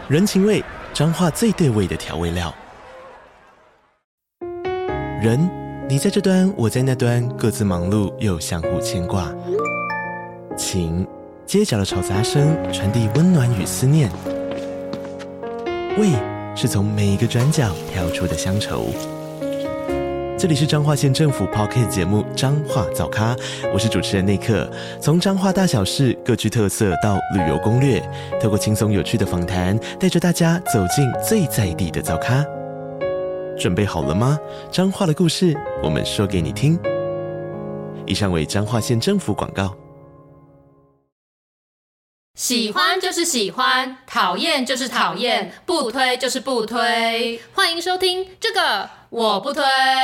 人情味，彰化最对味的调味料。人，你在这端，我在那端，各自忙碌又相互牵挂。情，街角的吵杂声传递温暖与思念。味，是从每一个转角跳出的乡愁。这里是彰化县政府 Podcast 节目《彰化早咖》，我是主持人内克。从彰化大小事各具特色到旅游攻略，透过轻松有趣的访谈，带着大家走进最在地的早咖。准备好了吗？彰化的故事，我们说给你听。以上为彰化县政府广告。 喜欢就是喜欢，讨厌就是讨厌，不推就是不推。欢迎收听这个我不推。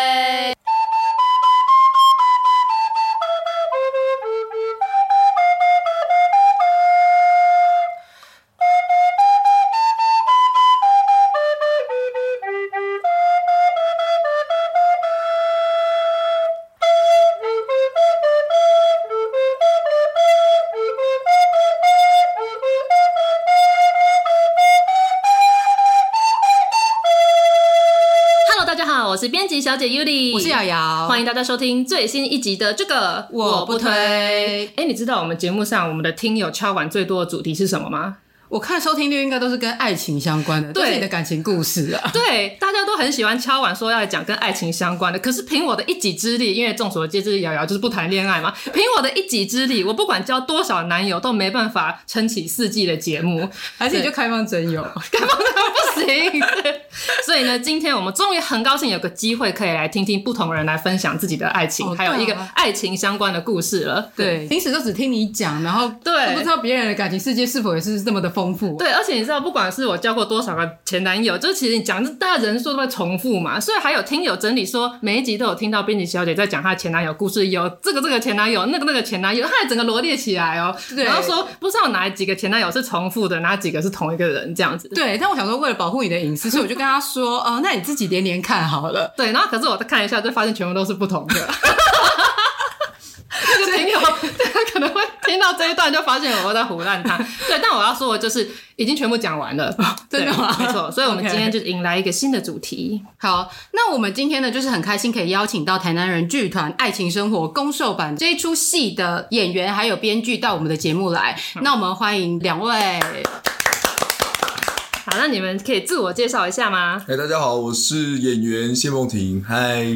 我是编辑小姐 Yuli， 我是瑶瑶， 欢迎大家收听最新一集的这个我不推。你知道我们节目上我们的听友敲碗最多的主题是什么吗？ 我看收听率应该都是跟爱情相关的，都是你的感情故事啊。 对，大家都很喜欢敲碗说要讲跟爱情相关的，可是凭我的一己之力，因为众所皆知瑶瑶就是不谈恋爱嘛，凭我的一己之力，我不管交多少男友都没办法撑起4季的节目， 而且就开放真友， 开放真友不行。所以呢，今天我们终于很高兴有个机会可以来听听不同人来分享自己的爱情，还有一个爱情相关的故事了。 对，平时都只听你讲，然后都不知道别人的感情世界是否也是这么的丰富。 对，而且你知道，不管是我交过多少个前男友，就是其实你讲大家人数都会重复嘛，所以还有听友整理说，每一集都有听到编辑小姐在讲她的前男友故事，有这个前男友，那个前男友，她还整个罗列起来哦。然后说不知道哪几个前男友是重复的，哪几个是同一个人这样子。 对，但我想说为了保护你的隐私，所以我就跟他说那你自己连连看好了。 对，然后可是我再看一下就发现全部都是不同的。那个听友他可能会听到这一段就发现我在唬烂他。对，但我要说的就是已经全部讲完了。 真的吗？ 没错，所以我们今天就迎来一个新的主题。 好，那我们今天呢就是很开心可以邀请到台南人剧团爱情生活公受版这一出戏的演员还有编剧到我们的节目来。那我们欢迎2位。 好，那你们可以自我介绍一下吗？ 大家好，我是演员谢梦婷。嗨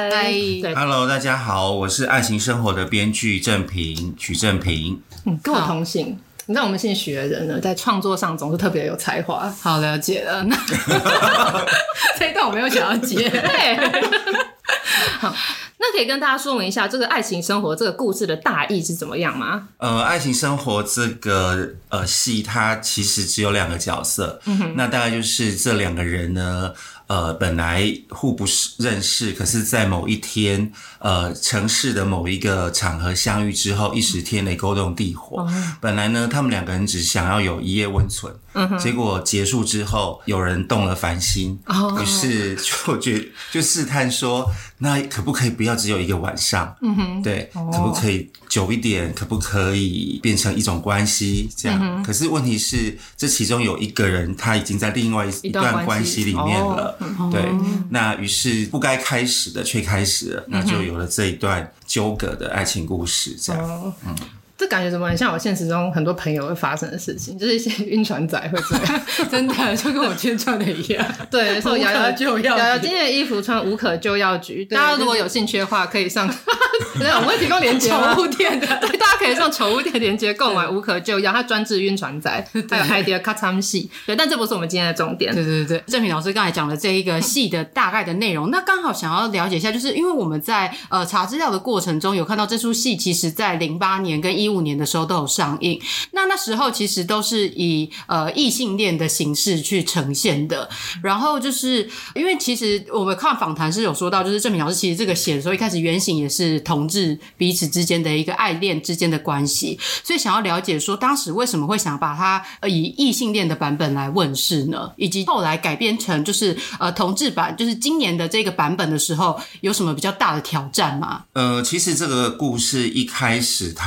Hello， 大家好，我是爱情生活的编剧许正平。 跟我同姓。你知道我们姓许的人呢，在创作上总是特别有才华。 好，了解了。这一段我没有想要接。 好，那可以跟大家说明一下这个爱情生活这个故事的大意是怎么样吗？ 爱情生活这个戏它其实只有2个角色，那大概就是这2个人呢本来互不认识，可是在某一天城市的某一个场合相遇之后，一时天雷勾动地火。本来呢他们2个人只想要有一夜温存，结果结束之后有人动了凡心，于是就试探说那可不可以不要只有一个晚上，对，可不可以久一点，可不可以变成一种关系这样。可是问题是这其中有一个人他已经在另外一段关系里面了，对，那于是不该开始的却开始了，那就有了这一段纠葛的爱情故事这样。 这感觉怎么很像我现实中很多朋友会发生的事情，就是一些晕船仔会这样。 真的就跟我今天穿的一样。 对，说瑶瑶就要瑶瑶今天的衣服穿无可救药局，大家如果有兴趣的话可以上对，我们会提供连结宠物店的， 对，大家可以上宠物店连结购买无可救药，它专治晕船仔，还有 idea 咔嚓戏。对，但这不是我们今天的重点。 对，正平老师刚才讲的这一个戏的大概的内容，那刚好想要了解一下，就是因为我们在查资料的过程中有看到这出戏其实在08年跟15年的时候都有上映，那时候其实都是以异性恋的形式去呈现的。然后就是因为其实我们看访谈是有说到，就是正平老师其实这个写的时候一开始原型也是同志彼此之间的一个爱恋之间的关系，所以想要了解说当时为什么会想把它以异性恋的版本来问世呢？以及后来改编成就是同志版，就是今年的这个版本的时候有什么比较大的挑战吗？ 其实这个故事一开始它是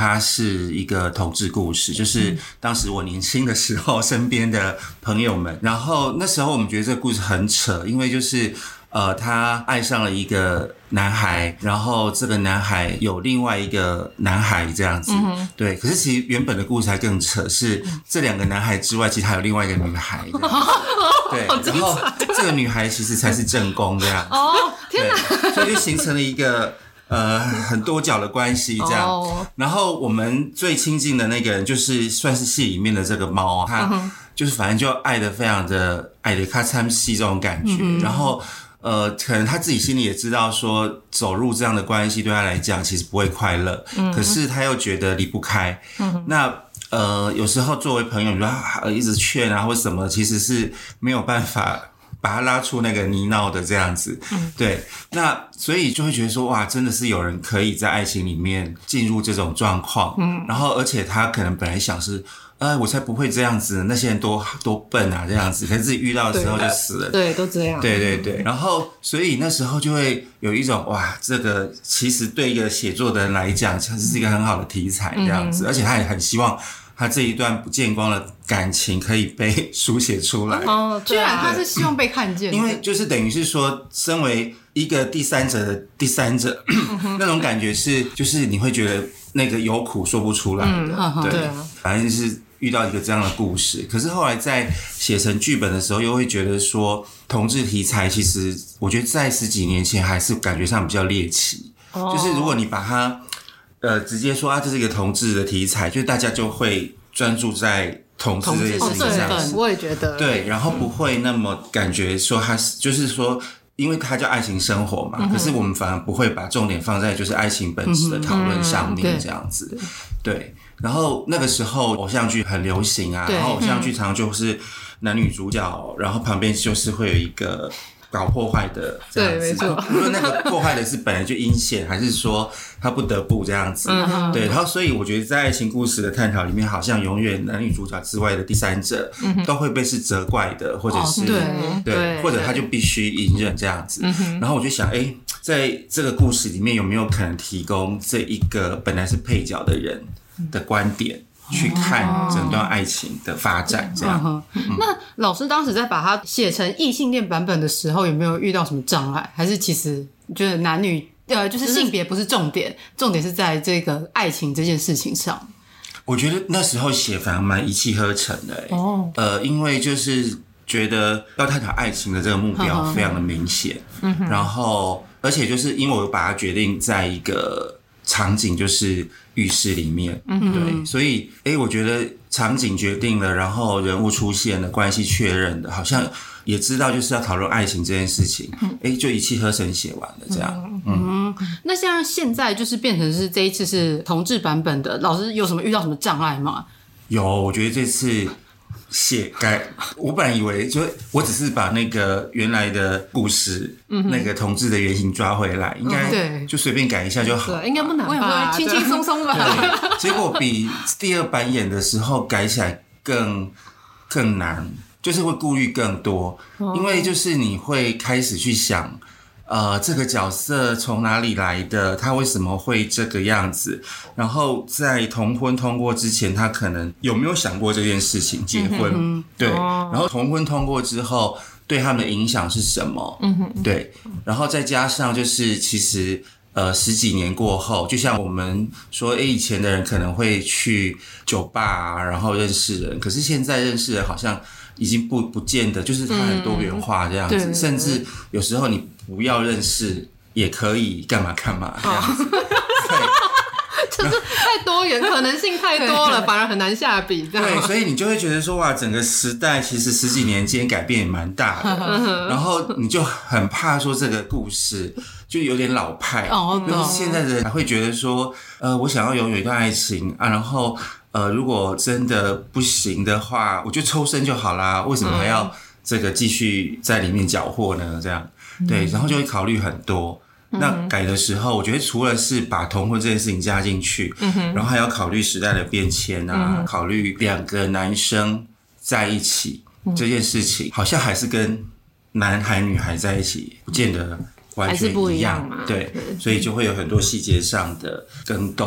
是一个同志故事，就是当时我年轻的时候身边的朋友们，然后那时候我们觉得这个故事很扯，因为就是他爱上了一个男孩，然后这个男孩有另外一个男孩这样子，对。可是其实原本的故事还更扯，是这两个男孩之外，其实还有另外一个女孩的，对。然后这个女孩其实才是正宫这样子， 天哪！ 所以就形成了一个很多角的关系这样。然后我们最亲近的那个人，就是算是戏里面的这个猫，他就是反正就爱得非常的爱的咔嚓戏这种感觉，然后。可能他自己心里也知道说走入这样的关系对他来讲其实不会快乐，可是他又觉得离不开，那有时候作为朋友你说一直劝啊或什么，其实是没有办法把他拉出那个泥淖的这样子，对，那所以就会觉得说哇，真的是有人可以在爱情里面进入这种状况，然后而且他可能本来想是我才不会这样子，那些人多笨啊这样子，可是自己遇到的时候就死了， 对，都这样， 对，然后所以那时候就会有一种哇，这个其实对一个写作的人来讲，它是一个很好的题材这样子，而且他也很希望他这一段不见光的感情可以被书写出来。 居然他是希望被看见的， 因为就是等于是说，身为一个第三者的第三者，那种感觉是，就是你会觉得那个有苦说不出来的，对，反正就是遇到一个这样的故事。可是后来在写成剧本的时候，又会觉得说，同志题材其实我觉得在10几年前还是感觉上比较猎奇，就是如果你把它直接说这是一个同志的题材，就大家就会专注在同志这件事情上， 我也觉得对，然后不会那么感觉说它是就是说。因为它叫爱情生活嘛，可是我们反而不会把重点放在就是爱情本质的讨论上面这样子，对。然后那个时候偶像剧很流行啊，然后偶像剧常常就是男女主角，然后旁边就是会有一个搞破坏的这样子， 对，没错。 无论那个破坏的是本来就阴险，还是说他不得不这样子，对。然后所以我觉得在爱情故事的探讨里面，好像永远男女主角之外的第三者都会被是责怪的，或者是对，或者他就必须隐忍这样子。然后我就想，在这个故事里面有没有可能提供这一个本来是配角的人的观点？去看整段爱情的发展，这样。 那老师当时在把它写成异性恋版本的时候，有没有遇到什么障碍？还是其实觉得男女就是性别不是重点，重点是在这个爱情这件事情上？ 我觉得那时候写反而蛮一气呵成的，因为就是觉得要探讨爱情的这个目标非常的明显，然后而且就是因为我把它决定在一个场景就是浴室里面，对，所以我觉得场景决定了，然后人物出现了，关系确认的，好像也知道就是要讨论爱情这件事情，就一气呵成写完了这样。 那像现在就是变成是这一次是同志版本的，老师有什么遇到什么障碍吗？ 有，我觉得这次我本来以为就我只是把那个原来的故事，那个同志的原型抓回来，应该就随便改一下就好， 应该不难吧？ 轻轻松松吧。 结果比第二版演的时候改起来更难，就是会顾虑更多，因为就是你会开始去想。这个角色从哪里来的？他为什么会这个样子？然后在同婚通过之前，他可能有没有想过这件事情？结婚，对。然后同婚通过之后，对他们的影响是什么？对。然后再加上就是其实10几年过后，就像我们说，以前的人可能会去酒吧啊，然后认识人，可是现在认识人好像已经不见得，就是它很多元化这样子，甚至有时候你不要认识也可以干嘛干嘛这样子， 就是太多元，可能性太多了，反而很难下笔。 对，所以你就会觉得说，哇，整个时代其实10几年间改变也蛮大的，然后你就很怕说这个故事就有点老派，就是现在的人还会觉得说，我想要拥有一段爱情啊，然后如果真的不行的话，我就抽身就好啦，为什么还要这个继续在里面搅和呢？这样，对，然后就会考虑很多。那改的时候，我觉得除了是把同婚这件事情加进去，然后还要考虑时代的变迁啊，考虑2个男生在一起这件事情，好像还是跟男孩女孩在一起不见得完全一样嘛，对，所以就会有很多细节上的更动。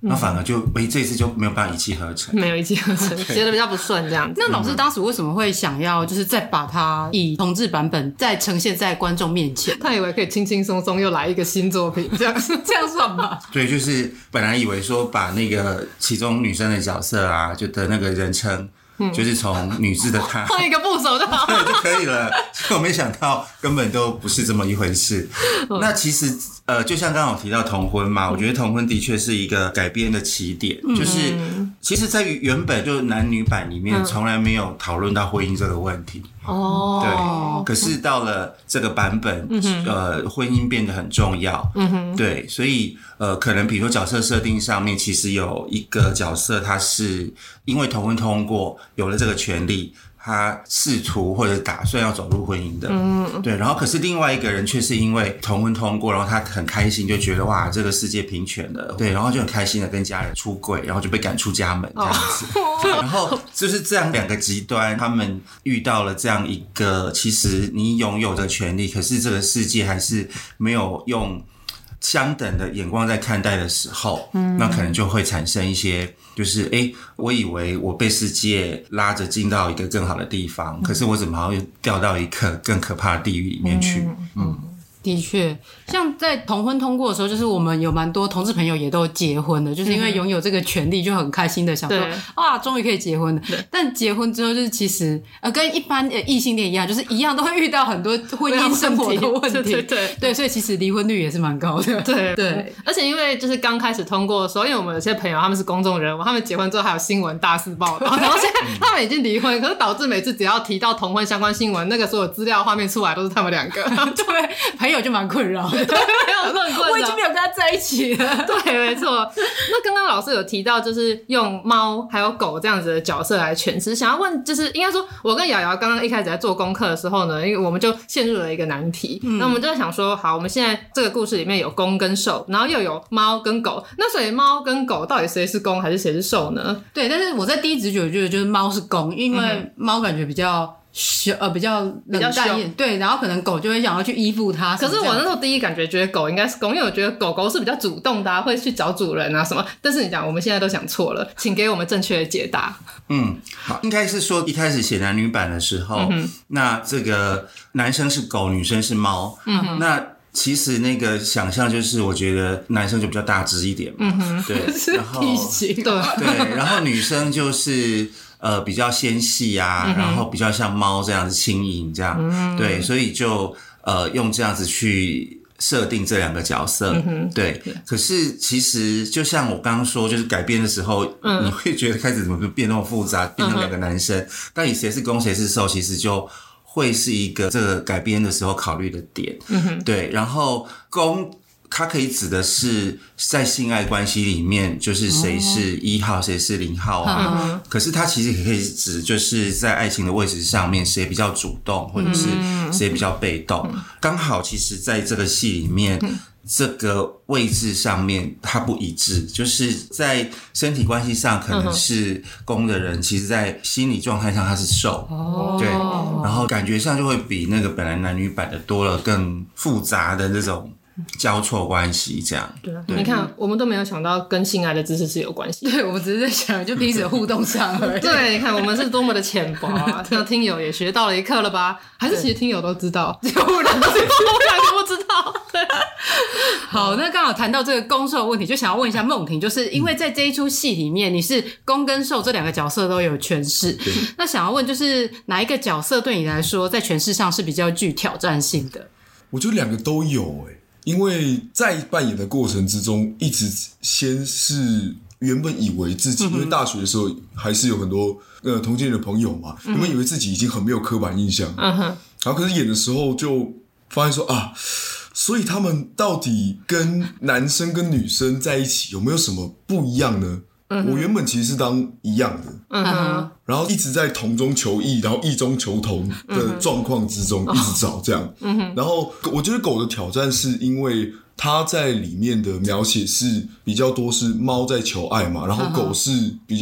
那反而就这一次就没有办法一气呵成， 没有一气呵成，写的比较不顺这样子。 那老师当时为什么会想要就是再把它以同志版本再呈现在观众面前？ 他以为可以轻轻松松又来一个新作品，这样算吗？ 对，就是本来以为说把那个其中女生的角色啊，就的那个人称。就是从女字的她换一个部首就好对就可以了，结果没想到根本都不是这么一回事。那其实就像刚刚我提到同婚嘛，我觉得同婚的确是一个改编的起点，就是其实在原本就男女版里面从来没有讨论到婚姻这个问题。对，可是到了这个版本，婚姻变得很重要。对，所以可能比如说角色设定上面，其实有一个角色，他是因为同婚通过，有了这个权利，他试图或者打算要走入婚姻的。对，然后可是另外一个人却是因为同婚通过，然后他很开心，就觉得哇，这个世界平权了。对，然后就很开心的跟家人出柜，然后就被赶出家门这样子。然后就是这样两个极端，他们遇到了这样一个，其实你拥有的权利，可是这个世界还是没有用相等的眼光在看待的时候，那可能就会产生一些，就是我以为我被世界拉着进到一个更好的地方，可是我怎么好像掉到一个更可怕的地狱里面去？ 的确，像在同婚通过的时候，就是我们有蛮多同志朋友也都结婚了，就是因为拥有这个权利，就很开心的想说啊，终于可以结婚了。但结婚之后，就是其实跟一般异性恋一样，就是一样都会遇到很多婚姻生活的问题。对，所以其实离婚率也是蛮高的。对， 而且因为就是刚开始通过的时候，因为我们有些朋友他们是公众人物，他们结婚之后还有新闻大肆报道，然后现在他们已经离婚，可是导致每次只要提到同婚相关新闻，那个所有资料画面出来都是他们两个。 对，朋友就蛮困扰的。 对，很困扰， 我已经没有跟他在一起了。 对，没错。那刚刚老师有提到，就是用猫还有狗这样子的角色来诠释，想要问，就是应该说，我跟瑶瑶刚刚一开始在做功课的时候呢，因为我们就陷入了一个难题。那我们就在想说，好，我们现在这个故事里面有攻跟受，然后又有猫跟狗，那所以猫跟狗到底谁是攻还是谁是受呢？ 对，但是我在第一直觉得就是猫是攻，因为猫感觉比较冷淡一点，对，然后可能狗就会想要去依附它。 可是我那时候第一感觉觉得狗应该是攻，因为我觉得狗狗是比较主动的会去找主人啊什么。但是你讲我们现在都想错了，请给我们正确的解答。 好，应该是说一开始写男女版的时候，那这个男生是狗，女生是猫。那其实那个想象就是，我觉得男生就比较大只一点嘛，对，然后对，然后女生就是比较纤细啊，然后比较像猫这样子轻盈这样，对，所以就用这样子去设定这两个角色，对。可是其实就像我刚刚说，就是改编的时候，你会觉得开始怎么变那么复杂，变成两个男生，到底谁是攻谁是受，其实就会是一个这个改编的时候考虑的点，对。然后攻它可以指的是在性爱关系里面，就是谁是1号谁是0号啊，可是它其实也可以指就是在爱情的位置上面谁比较主动，或者是谁比较被动，刚好其实在这个戏里面这个位置上面它不一致，就是在身体关系上可能是攻的人，其实在心理状态上他是受，对，然后感觉上就会比那个本来男女版的多了更复杂的这种交错关系这样。 对，你看我们都没有想到跟性爱的知识是有关系的。 对，我们只是在想就彼此的互动上而已。 对，你看我们是多么的浅薄啊。那听友也学到了一课了吧？还是其实听友都知道，只有我们两个不知道。对。 好，那刚好谈到这个攻受的问题，就想要问一下梦婷，就是因为在这一出戏里面，你是攻跟受这两个角色都有诠释，那想要问就是哪一个角色对你来说在诠释上是比较具挑战性的？ 我觉得两个都有因为在扮演的过程之中，一直先是原本以为自己，因为大学的时候还是有很多同性恋的朋友嘛，原本以为自己已经很没有刻板印象，然后可是演的时候就发现说啊，所以他们到底跟男生跟女生在一起有没有什么不一样呢？我原本其实是当一样的，然后一直在同中求异，然后异中求同的状况之中一直找这样，然后我觉得狗的挑战是因为它在里面的描写是比较多是猫在求爱嘛，然后狗是比较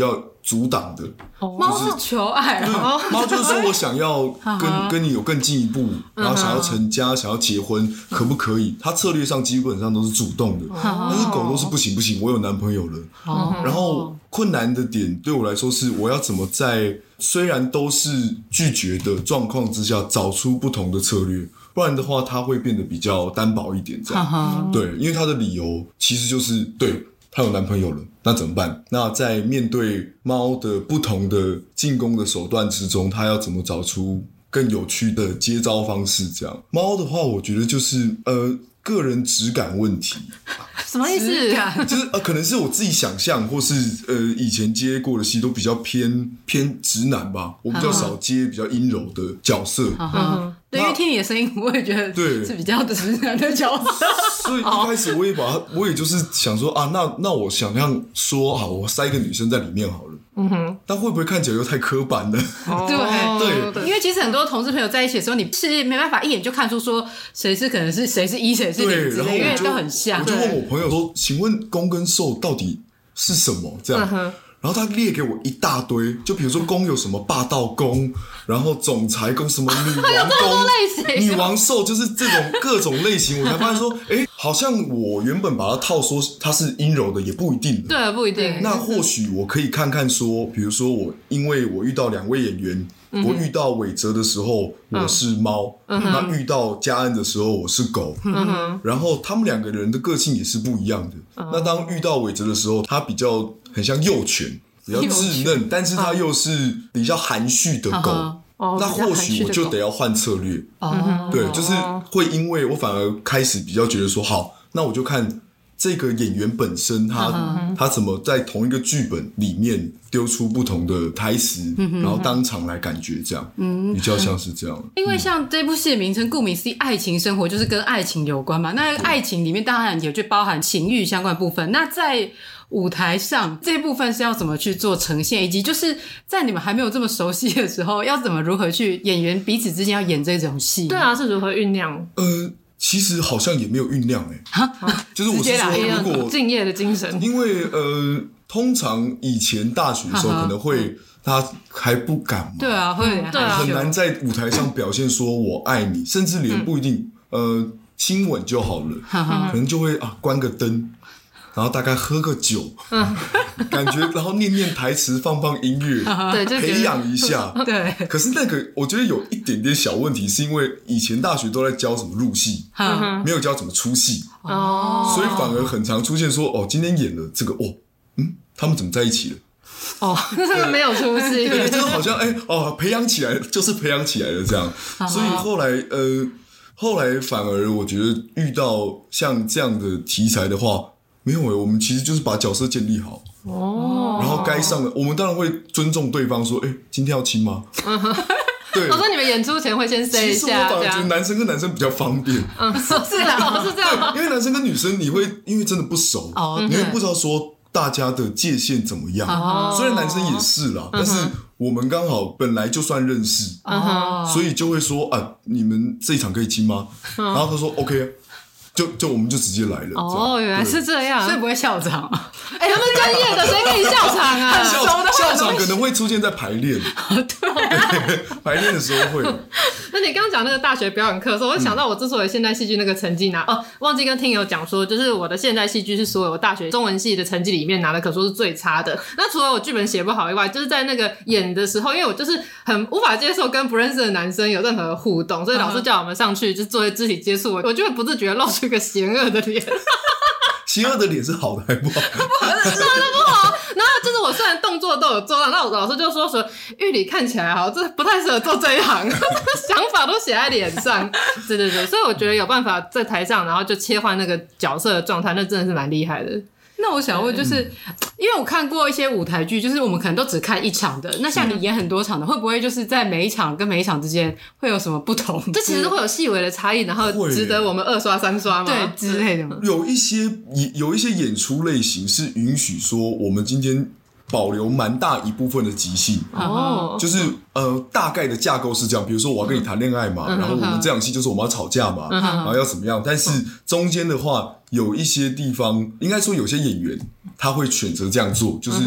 阻挡的。 猫是求爱啊， 猫就是说我想要跟你有更进一步，然后想要成家，想要结婚，可不可以？它策略上基本上都是主动的，但是狗都是不行，我有男朋友了。然后困难的点对我来说是，我要怎么在虽然都是拒绝的状况之下，找出不同的策略。不然的话，它会变得比较单薄一点，这样。对，因为它的理由其实就是对她有男朋友了，那怎么办？那在面对猫的不同的进攻的手段之中，它要怎么找出更有趣的接招方式？这样，猫的话，我觉得就是个人质感问题。 什么意思？ 就是可能是我自己想象，或是以前接过的戏都比较偏直男吧，我比较少接比较阴柔的角色。 对，因为听你的声音，我也觉得是比较直男的角色。 所以一开始我也就是想说啊，那我想象说好，我塞一个女生在里面好了。但会不会看起来又太刻板了？ 对，因为其实很多同志朋友在一起的时候，你是没办法一眼就看出说谁是1谁是0之类的，因为都很像。 我就问我朋友说：“请问攻跟受到底是什么？”这样。然后他列给我一大堆，就比如说攻有什么霸道攻，然后总裁攻什么女王攻、女王受，就是这种各种类型，我才发现说，好像我原本把它套说它是阴柔的，也不一定。 对，不一定。 那或许我可以看看说，比如说因为我遇到2位演员。我遇到伟哲的时候我是猫，那遇到嘉恩的时候我是狗，然后他们2个人的个性也是不一样的。那当遇到伟哲的时候，他比较很像幼犬，比较稚嫩，但是他又是比较含蓄的狗。那或许我就得要换策略。对，就是会因为我反而开始比较觉得说，好，那我就看这个演员本身他怎么在同一个剧本里面丢出不同的台词，然后当场来感觉这样，比较像是这样。 因为像这部戏的名称顾名思义，爱情生活就是跟爱情有关嘛。那爱情里面当然也就包含情欲相关的部分。那在舞台上这部分是要怎么去做呈现，以及就是在你们还没有这么熟悉的时候，要如何去演员彼此之间要演这种戏？ 对啊，是如何酝酿？ 其实好像也没有酝酿就是我是说，如果敬业的精神， 因为通常以前大学的时候可能会大家还不敢嘛， 对啊，会很难在舞台上表现说我爱你，甚至连不一定亲吻就好了，可能就会关个灯。然后大概喝个酒，感觉，然后念台词，放音乐， 对， 培养一下。 对。 可是那个，我觉得有一点点小问题，是因为以前大学都在教什么入戏，没有教怎么出戏，所以反而很常出现说，今天演了这个，他们怎么在一起了？ 没有出戏， 对，就是好像培养起来，就是培养起来了这样。所以后来反而我觉得遇到像这样的题材的话。没有我们其实就是把角色建立好然后该上的我们当然会尊重对方说今天要亲吗？对， 我说你们演出前会先 say 一下。 其实我反而觉得男生跟男生比较方便。 是啊，是这样吗？ 因为男生跟女生因为真的不熟，你会不知道说大家的界限怎么样。虽然男生也是啦，但是我们刚好本来就算认识，所以就会说你们这一场可以亲吗？然后他说 OK 啊。就我们就直接来了。 原来是这样， 所以不会笑场。 他们专业的，谁可以笑场啊？ 笑场可能会出现在排练。对，排练的时候会。 那你刚刚讲那个大学表演课的时候，我想到我之所以现代戏剧那个成绩忘记跟听友讲说，就是我的现代戏剧是所有大学中文系的成绩里面拿的可说是最差的。那除了我剧本写不好以外，就是在那个演的时候，因为我就是很无法接受跟不认识的男生有任何互动，所以老师叫我们上去就做肢体接触，我就会不自觉露出一个邪恶的脸。 邪恶的脸是好的还不好？ 不好。然后就是我虽然动作都有做到，那我老师就说玉里看起来这不太适合做这一行，想法都写在脸上。对，所以我觉得有办法在台上，然后就切换那个角色的状态，那真的是蛮厉害的。 那我想问，就是因为我看过一些舞台剧，就是我们可能都只看一场的，那像你演很多场的，会不会就是在每一场跟每一场之间会有什么不同？ 这其实会有细微的差异，然后值得我们2刷3刷吗？ 对之类的吗？ 有一些演出类型是允许说我们今天保留蛮大一部分的即兴就是大概的架构是这样，比如说我要跟你谈恋爱嘛，然后我们这场戏就是我们要吵架嘛，然后要怎么样，但是中间的话有一些地方应该说有些演员他会选择这样做，就是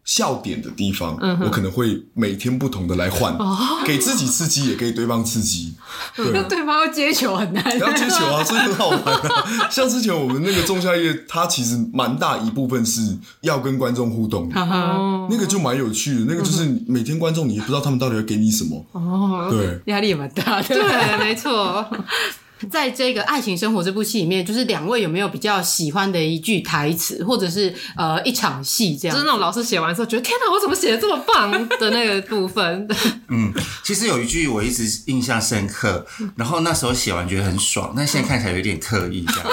笑点的地方，我可能会每天不同的来换，给自己刺激，也给对方刺激。 那对方要接球很难， 要接球啊，所以很好玩啊。像之前我们那个仲夏夜，它其实蛮大一部分是要跟观众互动的，那个就蛮有趣的。那个就是每天观众你也不知道他们到底要给你什么，对， 压力也蛮大的。 对，没错。 在这个《爱情生活》这部戏里面，就是两位有没有比较喜欢的一句台词，或者是一场戏这样？ 就是那种老师写完之后觉得天哪，我怎么写的这么棒的那个部分。 其实有一句我一直印象深刻，然后那时候写完觉得很爽，但现在看起来有点刻意这样。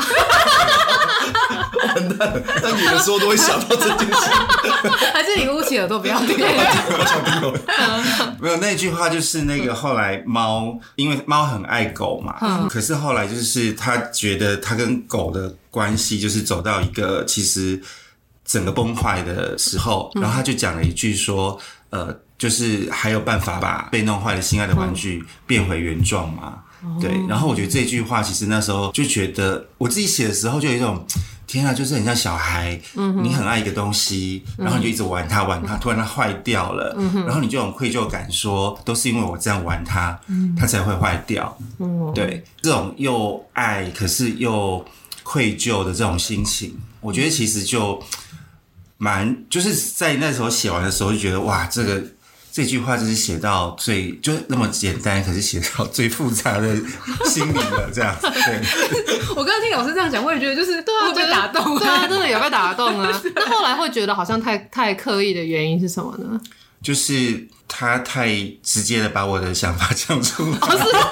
完蛋了，但有的时候都会想到这件事。 还是你捂起耳朵不要听？ 我想听没有，那句话就是那个后来猫，因为猫很爱狗嘛，可是后来就是他觉得他跟狗的关系就是走到一个其实整个崩坏的时候，然后他就讲了一句说，就是还有办法把被弄坏的心爱的玩具变回原状吗？对，然后我觉得这句话其实那时候就觉得我自己写的时候就有一种天啊，就是很像小孩，你很爱一个东西，然后你就一直玩它，突然它坏掉了，然后你就有愧疚感说都是因为我这样玩它，它才会坏掉。对，这种又爱可是又愧疚的这种心情，我觉得其实就就是在那时候写完的时候就觉得哇，这句话就是写到最就是那么简单，可是写到最复杂的心里了，这样。对， 我刚刚听老师这样讲，我也觉得就是对啊， 会被打动， 对啊，真的有被打动啊。那后来会觉得好像太刻意的原因是什么呢？ 就是他太直接的把我的想法讲出来。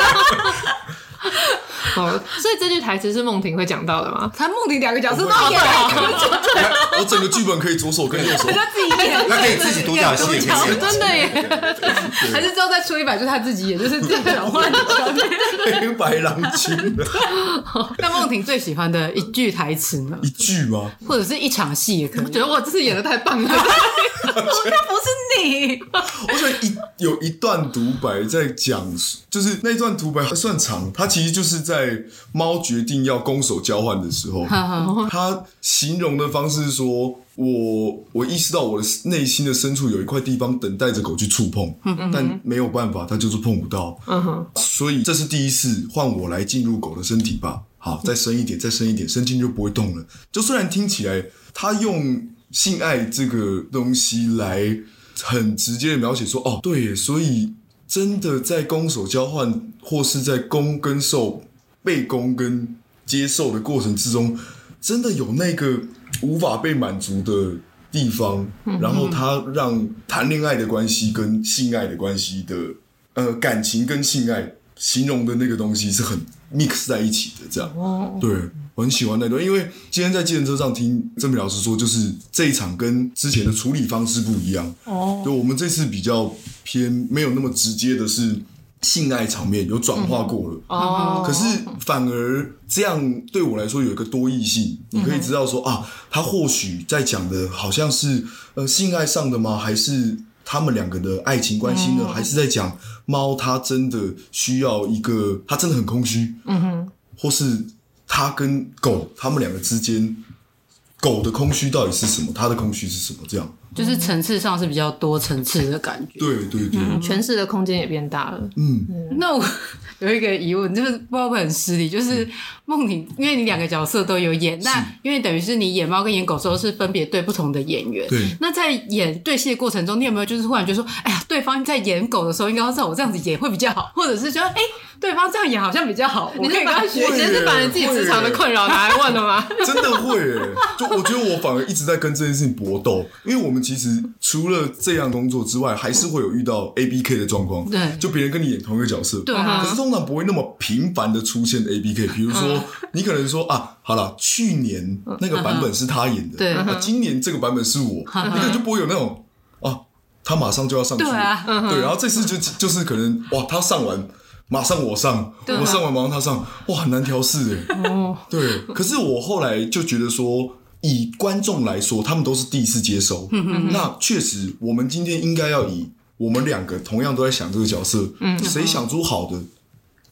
所以这句台词是梦婷会讲到的吗？ 他梦婷两个角色都演， 我整个剧本可以左手跟右手， 他自己演， 他可以自己独角戏，也可以演， 真的耶！ 还是之后再出一版，就是他自己演，就是这样转换。 黑白郎君。 那梦婷最喜欢的一句台词呢？ 一句吗？ 或者是一场戏也可以。 我觉得我这次演的太棒了。 那不是你。 我觉得有一段独白在讲，就是那段独白算长，它其实就是在猫决定要攻守交换的时候，他形容的方式是说，我意识到我的内心的深处有一块地方等待着狗去触碰，但没有办法，它就是碰不到，所以这是第一次，换我来进入狗的身体吧。好，再深一点，再深一点，伸进去就不会动了。就虽然听起来他用性爱这个东西来很直接的描写说，哦，对耶，所以真的在攻守交换或是在攻跟受、被攻跟接受的过程之中，真的有那个无法被满足的地方，然后他让谈恋爱的关系跟性爱的关系的感情跟性爱形容的那个东西是很 mix 在一起的，这样。对，我很喜欢那段，因为今天在计程车上听郑平老师说，就是这一场跟之前的处理方式不一样。就我们这次比较偏没有那么直接的是性爱场面有转化过了，可是反而这样对我来说有一个多义性，你可以知道说啊，他或许在讲的好像是性爱上的吗？还是他们两个的爱情关系呢？还是在讲猫它真的需要一个，它真的很空虚，或是它跟狗他们两个之间，狗的空虚到底是什么？它的空虚是什么？这样。 就是层次上是比较多层次的感觉， 对对对， 诠释的空间也变大了。 那我有一个疑问，就是不知道会不会很失礼，就是梦婷，因为你两个角色都有演，那因为等于是你演猫跟演狗的时候是分别对不同的演员， 对。 那在演对戏的过程中，你有没有就是忽然觉得说，哎呀，对方在演狗的时候应该要照我这样子演会比较好，或者是觉得对方这样演好像比较好，我可以跟他学。 你是把你自己职场的困扰拿来问的吗？ 真的会耶！就我觉得我反而一直在跟这件事情搏斗，因为我们其实除了这样工作之外，还是会有遇到 ABK 的状况。 对， 就别人跟你演同一个角色， 对啊， 可是通常不会那么频繁的出现 ABK。比如说，你可能说啊，好了，去年那个版本是他演的， 对， 今年这个版本是我，那个就不会有那种他马上就要上去， 对啊， 对，然后这次就是可能哇，他上完。马上我上，我上完马上他上，哇，很难调试耶。对，可是我后来就觉得说，以观众来说，他们都是第一次接收。那确实，我们今天应该要以我们两个同样都在想这个角色，谁想出好的，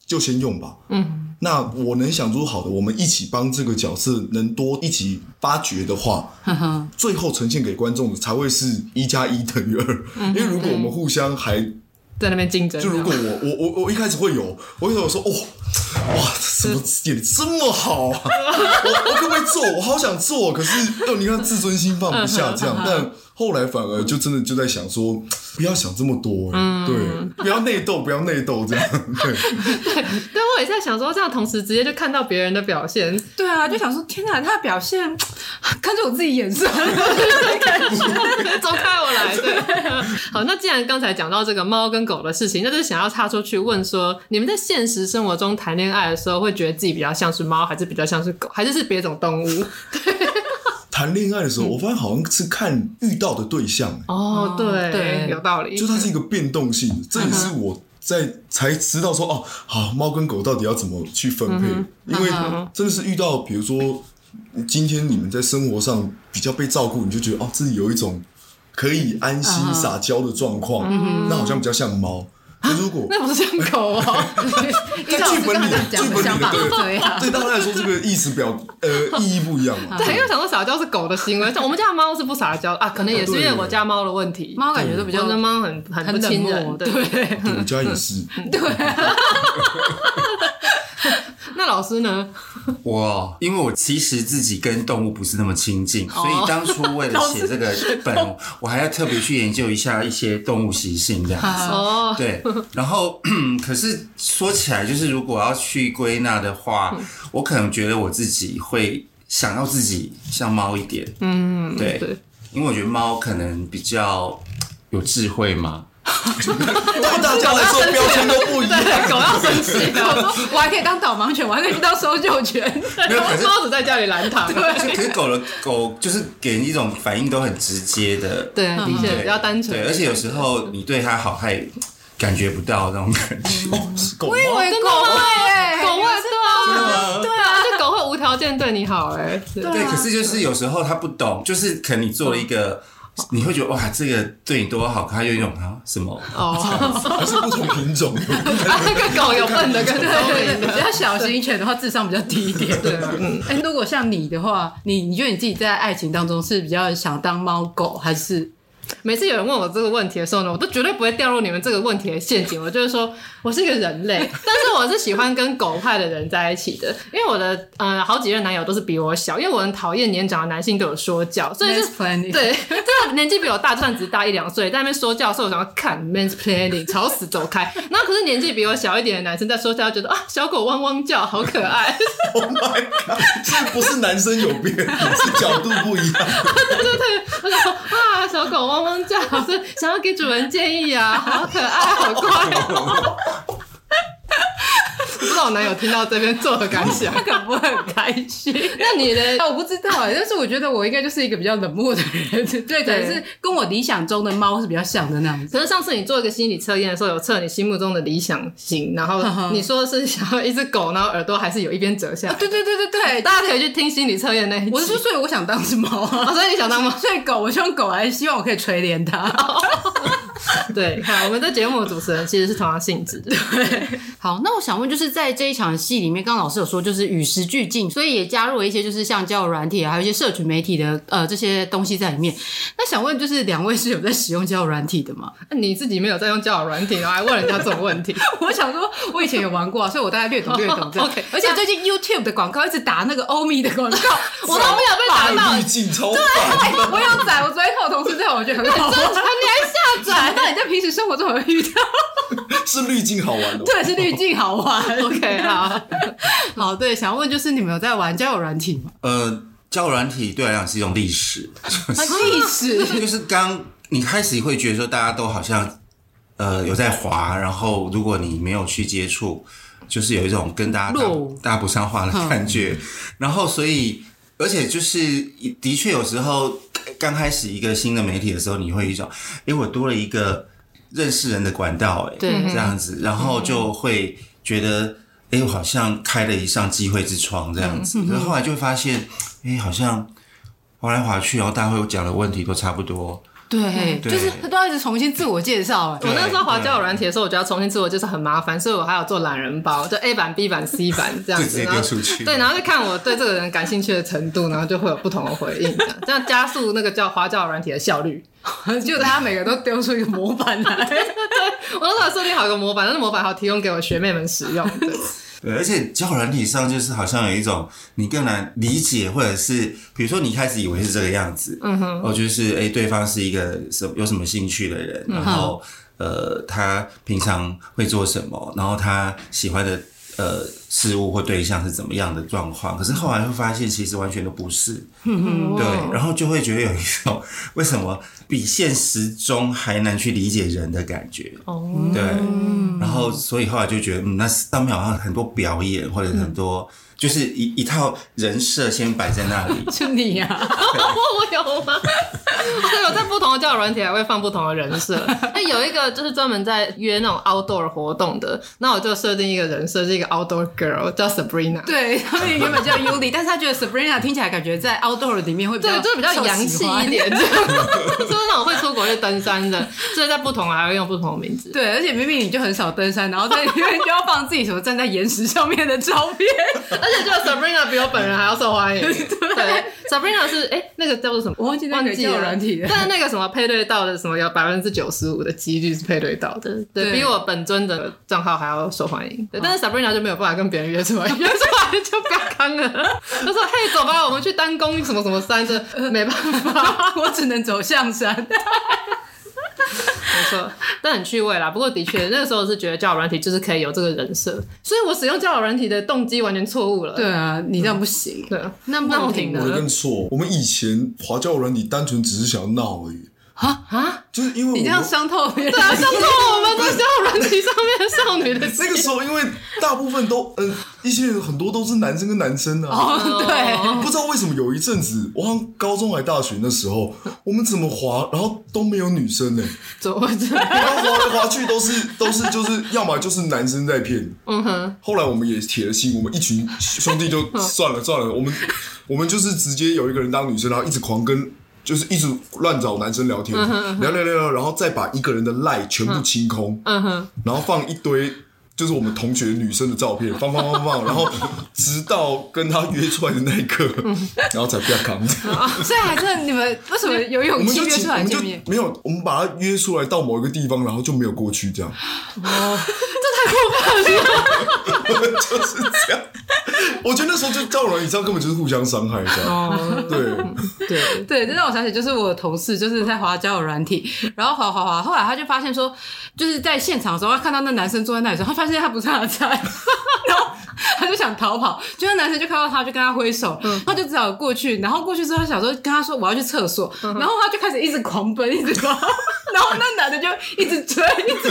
就先用吧。那我能想出好的，我们一起帮这个角色能多一起发掘的话，最后呈现给观众的才会是1+1等于2。因为如果我们互相还在那边竞争， 就如果我一开始会有，我会有说哇，怎么演得这么好啊？我可不可以做？我好想做，可是你看自尊心放不下这样。但后来反而就真的就在想说，不要想这么多，对，不要内斗这样，对。 但我也在想说，这样同时直接就看到别人的表现， 对啊，就想说天哪，他的表现看着我自己眼色， 走开我来。对，好，那既然刚才讲到这个猫跟狗的事情，那就是想要插出去问说，你们在现实生活中谈恋爱的时候，会觉得自己比较像是猫，还是比较像是狗，还是别种动物？对。 谈恋爱的时候，我发现好像是看遇到的对象。 哦，对，有道理。 就它是一个变动性的，这也是我才知道说，好，猫跟狗到底要怎么去分配。因为真的是遇到，比如说今天你们在生活上比较被照顾，你就觉得自己有一种可以安心撒娇的状况，那好像比较像猫。如果那不是像狗哦， 在剧本里的对大家来说，这个意思意义不一样嘛。 对，因为想说撒娇是狗的行为，像我们家猫是不撒娇啊，可能也是因为我家猫的问题， 猫感觉都比较， 我的猫很不亲人，对， 我家也是， 对。 那老师呢？ 因为我其实自己跟动物不是那么亲近，所以当初为了写这个本，我还要特别去研究一下一些动物习性这样子。对，然后可是说起来，就是如果要去归纳的话，我可能觉得我自己会想要自己像猫一点。对，因为我觉得猫可能比较有智慧嘛。 对大家来说标签都不一样， 狗要生气了。 我说我还可以当导盲犬，我还可以去当搜救犬。 猫只在家里拦糖。 可是狗就是给人一种反应都很直接的， 对，的确比较单纯。 对，而且有时候你对它好，它也感觉不到那种感觉。 我以为狗会， 狗会对啊，就狗会无条件对你好对，可是就是有时候它不懂，就是可能你做了一个。你会觉得哇，这个对你多好，它有一种什么还是不同品种， 那个狗有笨的跟聪明的， 比较小型犬的话智商比较低一点。对，如果像你的话，你觉得你自己在爱情当中是比较想当猫狗，还是？ 每次有人问我这个问题的时候呢，我都绝对不会掉入你们这个问题的陷阱。我就是说我是一个人类，但是我是喜欢跟狗派的人在一起的，因为我的好几任男友都是比我小，因为我很讨厌年长的男性对我说教，所以是对这个年纪比我大，就算只大1-2岁，在那边说教的时候，我想要看 mansplaining， 吵死走开。然后可是年纪比我小一点的男生在说教，觉得小狗汪汪叫好可爱。 Oh my god， 这不是男生有病，是角度不一样。 对，我说哇，小狗汪汪叫，是想要给主人建议啊，好可爱，好乖哦。不知道我男友听到这边作何感想？ 他可能不会很开心。 那你呢？ 我不知道但是我觉得我应该就是一个比较冷漠的人，对，可能是跟我理想中的猫是比较像的那样子。 可是上次你做一个心理测验的时候，有测你心目中的理想型，然后你说是想要一只狗，然后耳朵还是有一边折下来。 对， 大家可以去听心理测验那一集。 我是说，所以我想当只猫啊， 所以你想当猫， 所以狗，我希望狗还希望我可以垂怜它。 对，看我们的节目的主持人其实是同样性质的。 对，好，那我想问，就是在这一场戏里面，刚刚老师有说就是与时俱进，所以也加入了一些就是像交友软体还有一些社群媒体的这些东西在里面。那想问，就是两位是有在使用交友软体的吗？ 你自己没有在用交友软体，然后还问人家这种问题？ 我想说，我以前有玩过所以我大概略懂这样。 Okay, 而且最近 YouTube 的广告一直打那个欧米的广告， 我都没有被打到。 滤镜超对，我有载，我昨天看我同事在，我觉得很好玩。你还下载？那你在平时生活中会遇到？ 是滤镜好玩的。 对，是滤镜好玩。 OK， 好，对，想问就是你们有在玩交友软体吗？ 交友软体对我来讲是一种历史， 历史就是刚你开始会觉得说大家都好像有在滑，然后如果你没有去接触，就是有一种跟大家搭不上话的感觉，然后所以而且就是的确有时候刚开始一个新的媒体的时候，你会有一种我多了一个认识人的管道对， 这样子，然后就会觉得我好像开了一扇机会之窗这样子，然后后来就会发现好像滑来滑去，然后大家会讲的问题都差不多， 对， 对就是他都要一直重新自我介绍。 我那时候滑交友软体的时候，我觉得要重新自我介绍很麻烦，所以我还有做懒人包，就 A 版、B 版、C 版这样子， 就直接丢出去。 对，然后就看我对这个人感兴趣的程度，然后就会有不同的回应，这样加速那个滑交友软体的效率。 就大家每个都丢出一个模板来。 对，我那时候还设定好一个模板，但是模板还有提供给我学妹们使用。 对，而且交友软体上就是好像有一种你更难理解，或者是比如说你一开始以为是这个样子，就是对方是一个有什么兴趣的人，然后他平常会做什么，然后他喜欢的事物或对象是怎么样的状况，可是后来会发现其实完全都不是，对，然后就会觉得有一种为什么比现实中还难去理解人的感觉，对，然后所以后来就觉得那上面好像很多表演或者很多就是一套人设先摆在那里。 就你啊， 我有吗？对，我在不同的交友软体还会放不同的人设。那有一个就是专门在约那种 outdoor 活动的，那我就设定一个人设是一个 outdoor girl， 叫 Sabrina。 对，他们原本叫 Yuli， 但是他觉得 Sabrina 听起来感觉在 outdoor 里面会比较对，就是比较洋气一点，就是那种会出国去登山的，所以在不同的还会用不同的名字。 对，而且明明你就很少登山，然后在里面就要放自己什么站在岩石上面的照片， 而且就 Sabrina 比我本人还要受欢迎。对 ，Sabrina 是那个叫做什么？ 我忘记那个交友软体了。 但是那个什么配对到的什么有95%的几率是配对到的，对，比我本尊的账号还要受欢迎。对，但是 Sabrina 就没有办法跟别人约出来，约出来就不要看了。他说：“嘿，走吧，我们去单攻什么什么山。”这没办法， 我只能走象山。 没错，但很趣味啦。不过的确，那个时候是觉得交友软体就是可以有这个人设，所以我使用交友软体的动机完全错误了。 对啊，你这样不行。 对， 那梦婷呢？ 我更错，我们以前滑交友软体单纯只是想要闹而已。就是因为你这样伤透别人， 对啊，伤透我们在交友软体上面的少女的心。 那个时候，因为大部分都一些人很多都是男生跟男生啊。对， 不知道为什么有一阵子，我好像高中还大学那时候，我们怎么滑，然后都没有女生呢？ 怎么会这样？ 然后滑来滑去都是就是要么就是男生在骗。后来我们也铁了心，我们一群兄弟就算了，我们就是直接有一个人当女生，然后一直狂跟。就是一直乱找男生聊天，聊，然后再把一个人的赖全部清空，然后放一堆就是我们同学女生的照片，放，然后直到跟他约出来的那一刻，然后才不要扛。 所以还是你们为什么有勇气约出来见面？ 没有，我们把他约出来到某一个地方，然后就没有过去这样。 这太过分了！ 就是这样。我觉得那时候就交友软体上根本就是互相伤害这样。 对，这让我想起就是我的同事就是在滑交友软体，然后滑，后来他就发现说，就是在现场的时候，他看到那男生坐在那里的时候，他发现他不是他的菜，然后他就想逃跑，就那男生就看到他，就跟他挥手，他就只好过去，然后过去之后，他想说跟他说我要去厕所，然后他就开始一直狂奔，一直跑，然后那男的就一直追，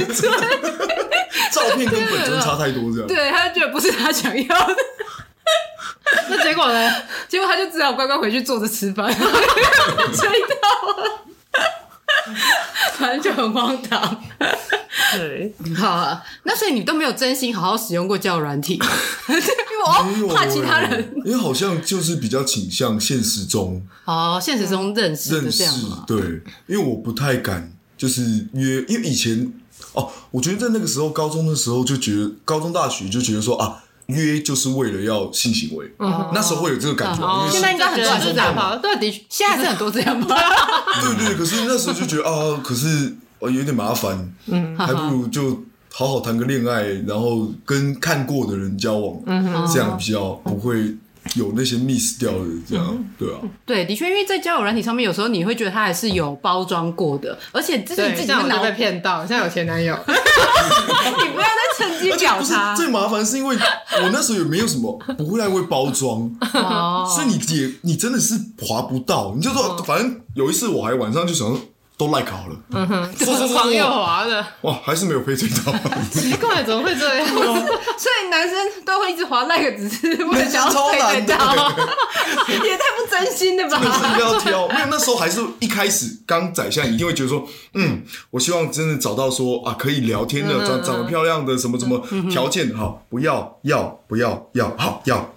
照片跟本尊差太多这样。 对，他就觉得不是他想要的。 那结果呢？ 结果他就只好乖乖回去坐着吃饭，追到了，反正就很荒唐。 对， 好啊，那所以你都没有真心好好使用过交友软体，因为我怕其他人， 因为好像就是比较倾向现实中现实中认识的这样嘛。 对，因为我不太敢就是约，因为以前我觉得在那个时候高中的时候就觉得高中大学就觉得说约就是为了要性行为，那时候会有这个感觉。因为现在应该很多人是这样吧？对，的确，现在还是很多这样吧。 对，可是那时候就觉得可是有点麻烦，还不如就好好谈个恋爱，然后跟看过的人交往，这样比较不会有那些 miss 掉的这样，对啊。 对，的确，因为在交友软体上面，有时候你会觉得它还是有包装过的，而且这是你自己会被骗到，现在有前男友。 你不要再趁机表他。 最麻烦是因为我那时候也没有什么不太会包装，所以你真的是滑不到。你就说，反正有一次我还晚上就想说都 like 好了， 狂右滑的， 哇，还是没有配对到。 奇怪，怎么会这样？ 所以男生都会一直滑 like， 只是为了想要配对到，也太不真心了吧？ 真的是应该要挑，因为那时候还是一开始刚载下，一定会觉得说，我希望真的找到说可以聊天的，长得漂亮的，什么条件好，不要，好，要，好。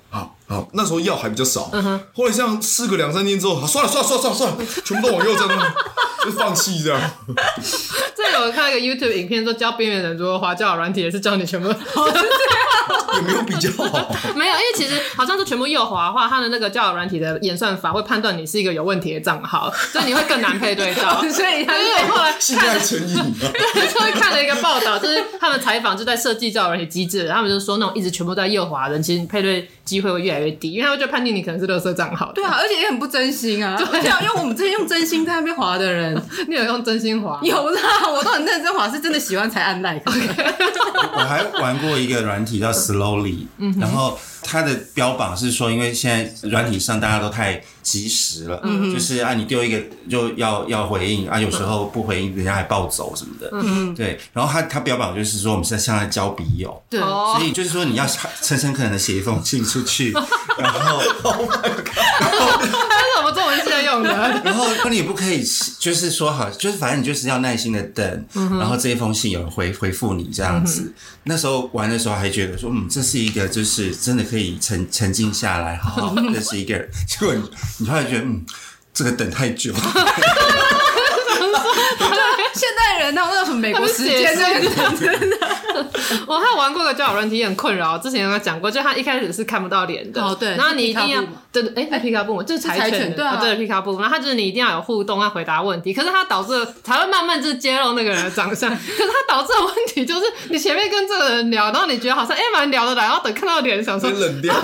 好，那时候药还比较少，后来像试个2-3天之后，好算了，全部都往右站了，就放弃这样。 这有看一个 YouTube 影片说教边缘人如何滑交友软体，也是教你全部有没有比较好？ 没有，因为其实好像是全部右滑的话，它的那个交友软体的演算法会判断你是一个有问题的账号，所以你会更难配对到。所以我后来性爱成瘾啊！ 对，就会看了一个报道，就是他们采访就在设计交友软体机制的，他们就说那种一直全部在右滑的人，其实配对机会会越来越低，因为他们就判定你可能是垃圾账号。 对啊，而且也很不真心啊。对啊，因为我们这些用真心在那边滑的人， 你有用真心滑？ 有啦，我都很认真滑，是真的喜欢才按 like。 我还玩过一个软体叫 Slowly，然后它的标榜是说，因为现在软体上大家都太及时了，就是你丢一个就要回应有时候不回应人家还暴走什么的，对。然后他标榜就是说我们是像在交笔友， 对， 所以就是说你要诚恳的写一封信出去，然后它是什么中文系在用的？ 然后你也不可以就是说好，就是反正你就是要耐心的等，然后这一封信有人回复你这样子。那时候玩的时候还觉得说，这是一个就是真的可以沉静下来，好好认识一个人。结果你后来觉得，这个等太久。 现代人那种什么美国时间那个真的， 我还有玩过个交友软体也很困扰，之前有讲过，就他一开始是看不到脸的， 对， 然后你一定要对，皮卡布就是柴犬， 对啊， 对皮卡布，然后他就是你一定要有互动，要回答问题，可是他导致才会慢慢就是揭露那个人的长相，可是他导致的问题就是你前面跟这个人聊，然后你觉得好像蛮聊得来，然后等看到脸想说冷掉，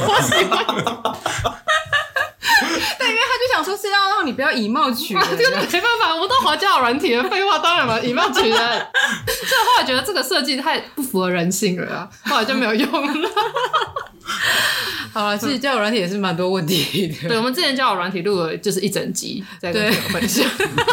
对，因为他就想说是要让你不要以貌取人， 没办法，我们都滑交友软体了，废话当然了，以貌取人。所以后来觉得这个设计太不符合人性了啊，后来就没有用了。 好了，其实交友软体也是蛮多问题的。 对，我们之前交友软体录了就是一整集在跟朋友分享。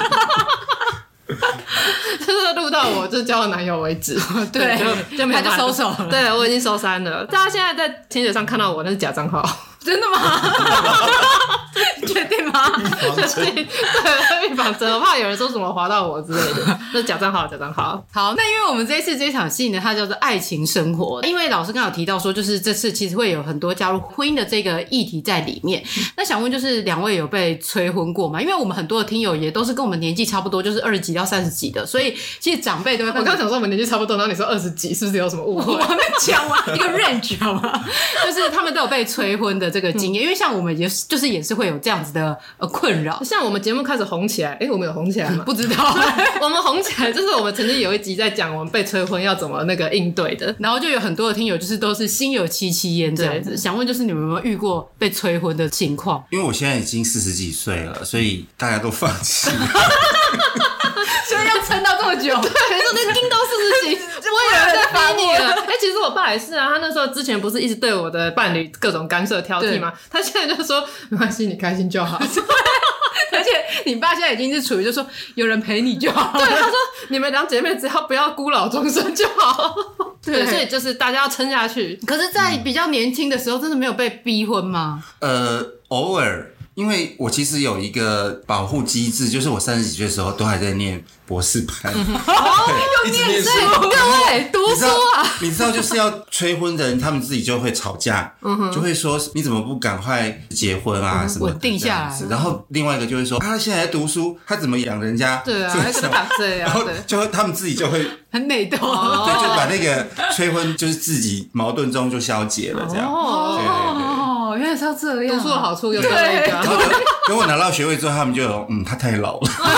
就是录到我就交了男友为止， 对， 就没有他就收手了。 对，我已经收山了。大家现在在Tinder上看到我那是假账号， 真的吗？确定吗？ 确定，对，预防针，我怕有人说什么滑到我之类的，那假账号，假账号。 好，那因为我们这一次这场戏呢，它叫做爱情生活。因为老师刚刚有提到说，就是这次其实会有很多加入婚姻的这个议题在里面。那想问，就是两位有被催婚过吗？因为我们很多的听友也都是跟我们年纪差不多，就是20几到30几的，所以其实长辈都会。 我刚想说我们年纪差不多，然后你说20几，是不是有什么误会？ 我还没讲完一个 range 好吗？就是他们都有被催婚的这个经验，因为像我们也是会有这样子的困扰。 像我们节目开始红起来，我们有红起来吗？ 不知道。 我们红起来就是我们曾经有一集在讲我们被催婚要怎么那个应对的， 然后就有很多的听友就是都是心有戚戚焉这样子。想问就是你们有没有遇过被催婚的情况？ 因为我现在已经40几岁了，所以大家都放弃了。 所以要撑到这么久？对， 说那听到40几，我有人在逼你了。其实我爸也是啊，他那时候之前不是一直对我的伴侣各种干涉挑剔吗？他现在就说没关系，你开心就好。 而且你爸现在已经是处于就说有人陪你就好。 对，他说你们两姐妹只要不要孤老终生就好。对，所以就是大家要撑下去。 可是，在比较年轻的时候，真的没有被逼婚吗？ 偶尔。因为我其实有一个保护机制，就是我30几岁的时候都还在念博士班， 又念书，各位读书啊！ 你知道就是要催婚的人，他们自己就会吵架，就会说你怎么不赶快结婚啊什么稳定下来。 然后另外一个就会说他现在在读书，他怎么养人家？ 对啊，还是打碎啊， 然后就会他们自己就会很美动， 对，就把那个催婚就是自己矛盾中就消解了，这样。 哦，原来是要这样， 读书的好处又多了一个。 然后等我拿到学位之后，他们就有他太老了。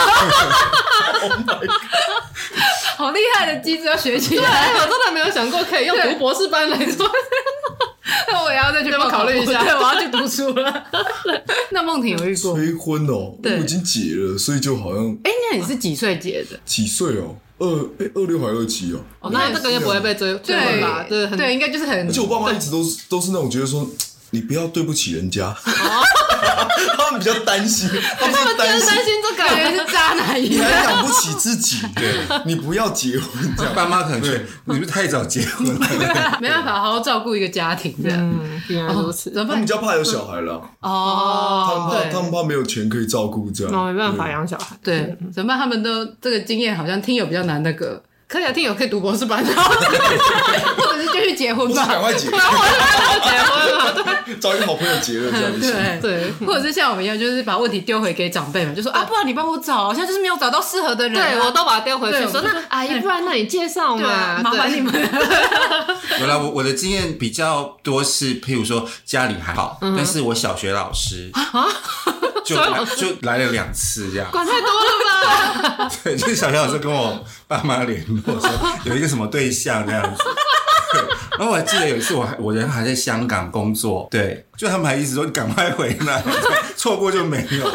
Oh my god！ 好厉害的机制要学起来。 我真的没有想过可以用读博士班来做。 那我也要再去考虑一下， 对，我要去读书了。那梦婷有遇过催婚哦？我已经结了，所以就好像那你是几岁结的？ 几岁哦？26还27哦？ 哦，那这个就不会被追婚吧？ 对，应该就是很。 而且我爸妈一直都是那种觉得说，你不要对不起人家。他们比较担心，他们真的担心这个， 感觉是渣男一你样。 还养不起自己，对，你不要结婚这样。 爸妈可能觉得你是太早结婚了， 没办法好好照顾一个家庭的。 原来如此。 他们比较怕有小孩了。他们怕没有钱可以照顾这样。 没办法养小孩。 对，怎么办？他们都这个经验好像听友比较难那个。 可以啊，听友可以读博士班， 或者是就去结婚吧， 赶快结婚， 结婚嘛，对， 找一个好朋友结了这样子。 对，或者是像我们一样，就是把问题丢回给长辈们，就说不然你帮我找，现在就是没有找到适合的人。 对，我都把它丢回去，说那阿姨，不然那你介绍嘛， 麻烦你们。 有啦，我的经验比较多是，譬如说家里还好，但是我小学老师就来了2次这样， 管太多了吧？ 对，就是小学老师跟我爸妈联络说有一个什么对象这样子。然后我还记得有一次我人还在香港工作，对，就他们还一直说你赶快回来，错过就没有。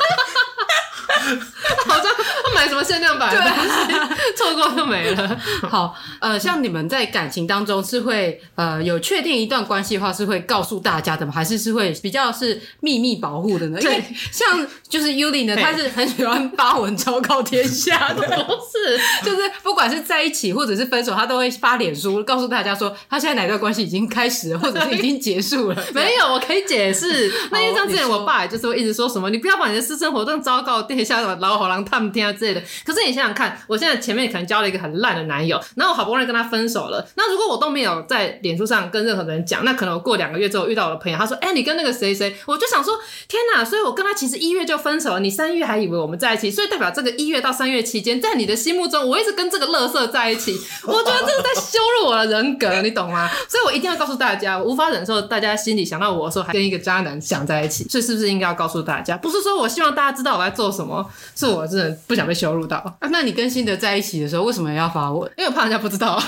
好像买什么限量版的东西，错过就没了。 好，像你们在感情当中是会有确定一段关系的话，是会告诉大家的吗？还是会比较是秘密保护的呢？因为像就是 Yuli 呢，他是很喜欢发文昭告天下的，是就是不管是在一起或者是分手，他都会发脸书告诉大家说他现在哪段关系已经开始了，或者是已经结束了。 没有，我可以解释。那因为像之前我爸就是会一直说什么，你不要把你的私生活这样昭告天下，老好人探听啊之类的。可是你想想看，我现在前面可能交了一个很烂的男友，然后我好不容易跟他分手了，那如果我都没有在脸书上跟任何人讲，那可能我过2个月之后遇到我的朋友，他说你跟那个谁谁，我就想说天哪，所以我跟他其实1月就分手了，你3月还以为我们在一起，所以代表这个1月到3月期间，在你的心目中我一直跟这个垃圾在一起，我觉得这是在羞辱我的人格，你懂吗？所以我一定要告诉大家，我无法忍受大家心里想到我的时候还跟一个渣男想在一起，所以是不是应该要告诉大家？不是说我希望大家知道我在做什么，是我真的不想被羞辱到。 那你跟新德在一起的时候，为什么要发文？ 因为我怕人家不知道。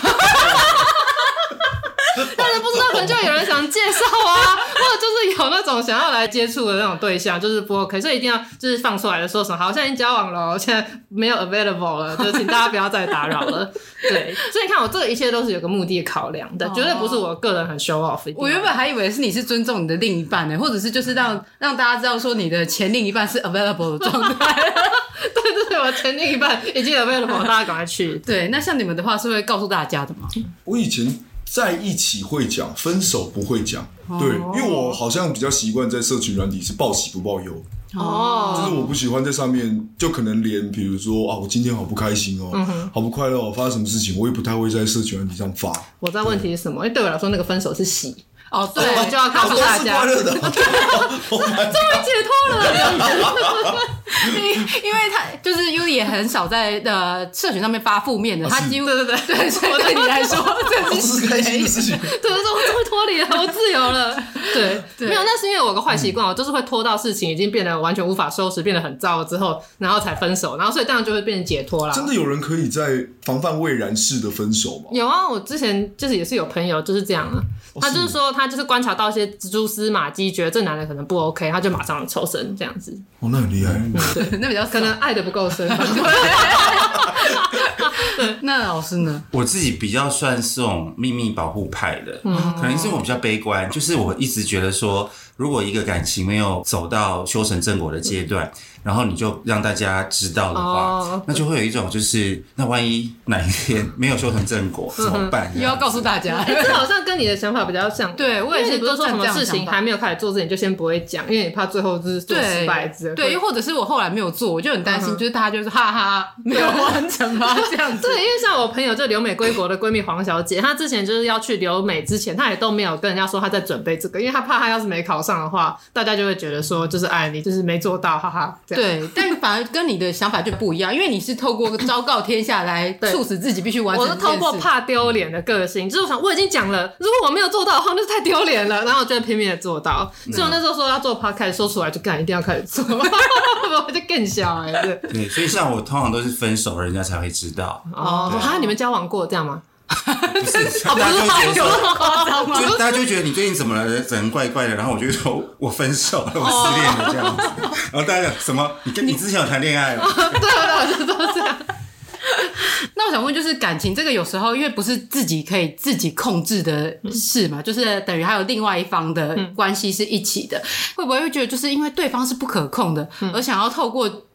大家不知道，可能就有人想介绍啊，或者就是有那种想要来接触的那种对象，就是不 OK， 所以一定要就是放出来的说什么，好，现在已经交往了，现在没有 available 了，就是请大家不要再打扰了。对，所以你看我这个一切都是有个目的考量的，绝对不是我个人很 show off。 我原本还以为是你是尊重你的另一半呢，或者是就是让大家知道说你的前另一半是 available 的状态。 对，我前另一半已经 available， 大家赶快去。 对，那像你们的话是会告诉大家的吗？ 我以前在一起会讲，分手不会讲。对，因为我好像比较习惯在社群软体是报喜不报忧。就是我不喜欢在上面，就可能连比如说我今天好不开心好不快乐发生什么事情，我也不太会在社群软体上发。 我知道问题是什么，因为对我来说那个分手是喜。 对， 我就要告诉大家， 都是快乐的， 终于解脱了。 因为他就是 Yuli 也很少在社群上面发负面的，他几乎对，所以对你来说这是开心的事情。 对，我终于脱离了，我自由了。对，没有，那是因为我有个坏习惯，我就是会拖到事情已经变得完全无法收拾，变得很糟了之后，然后才分手，然后所以当然就会变成解脱啦。 真的有人可以在防范未然式的分手吗？ 有啊，我之前就是也是有朋友就是这样啊。他就是说，他就是观察到一些蛛丝马迹，觉得这男的可能不 OK， 他就马上抽身这样子。 那很厉害。 对，那比较可能爱的不够深。 对，那老师呢？ 我自己比较算是这种秘密保护派的，可能是我比较悲观，就是我一直觉得说，如果一个感情没有走到修成正果的阶段，然后你就让大家知道的话，那就会有一种就是那万一哪一天没有修成正果怎么办？ 又要告诉大家， 这好像跟你的想法比较像。 对，我也是， 不是说什么事情还没有开始做之前就先不会讲，因为你怕最后就是做失败之类。 对，又或者是我后来没有做，我就很担心，就是大家就是哈哈没有完成吗？这样子。 对，因为像我朋友就留美归国的闺蜜黄小姐，她之前就是要去留美之前，她也都没有跟人家说她在准备这个，因为她怕她要是没考上的话，大家就会觉得说就是你就是没做到，哈哈。 对，但反而跟你的想法就不一样，因为你是透过昭告天下来促使自己必须完成这件事。 我是透过怕丢脸的个性，就是我想我已经讲了，如果我没有做到的话，那就太丢脸了，然后我就拼命的做到。所以我那时候说要做 podcast， 说出来就干，一定要开始做，我就更小对，所以像我通常都是分手人家才会知道。 你们交往过这样吗？ 不是，大家就觉得说，大家就觉得你最近怎么了，整人怪怪的，然后我就说我分手了，我失恋了这样子，然后大家讲什么？你之前有谈恋爱吗？ 对，我就都这样。 那我想问，就是感情这个有时候因为不是自己可以自己控制的事嘛，就是等于还有另外一方的关系是一起的，会不会觉得就是因为对方是不可控的，而想要透过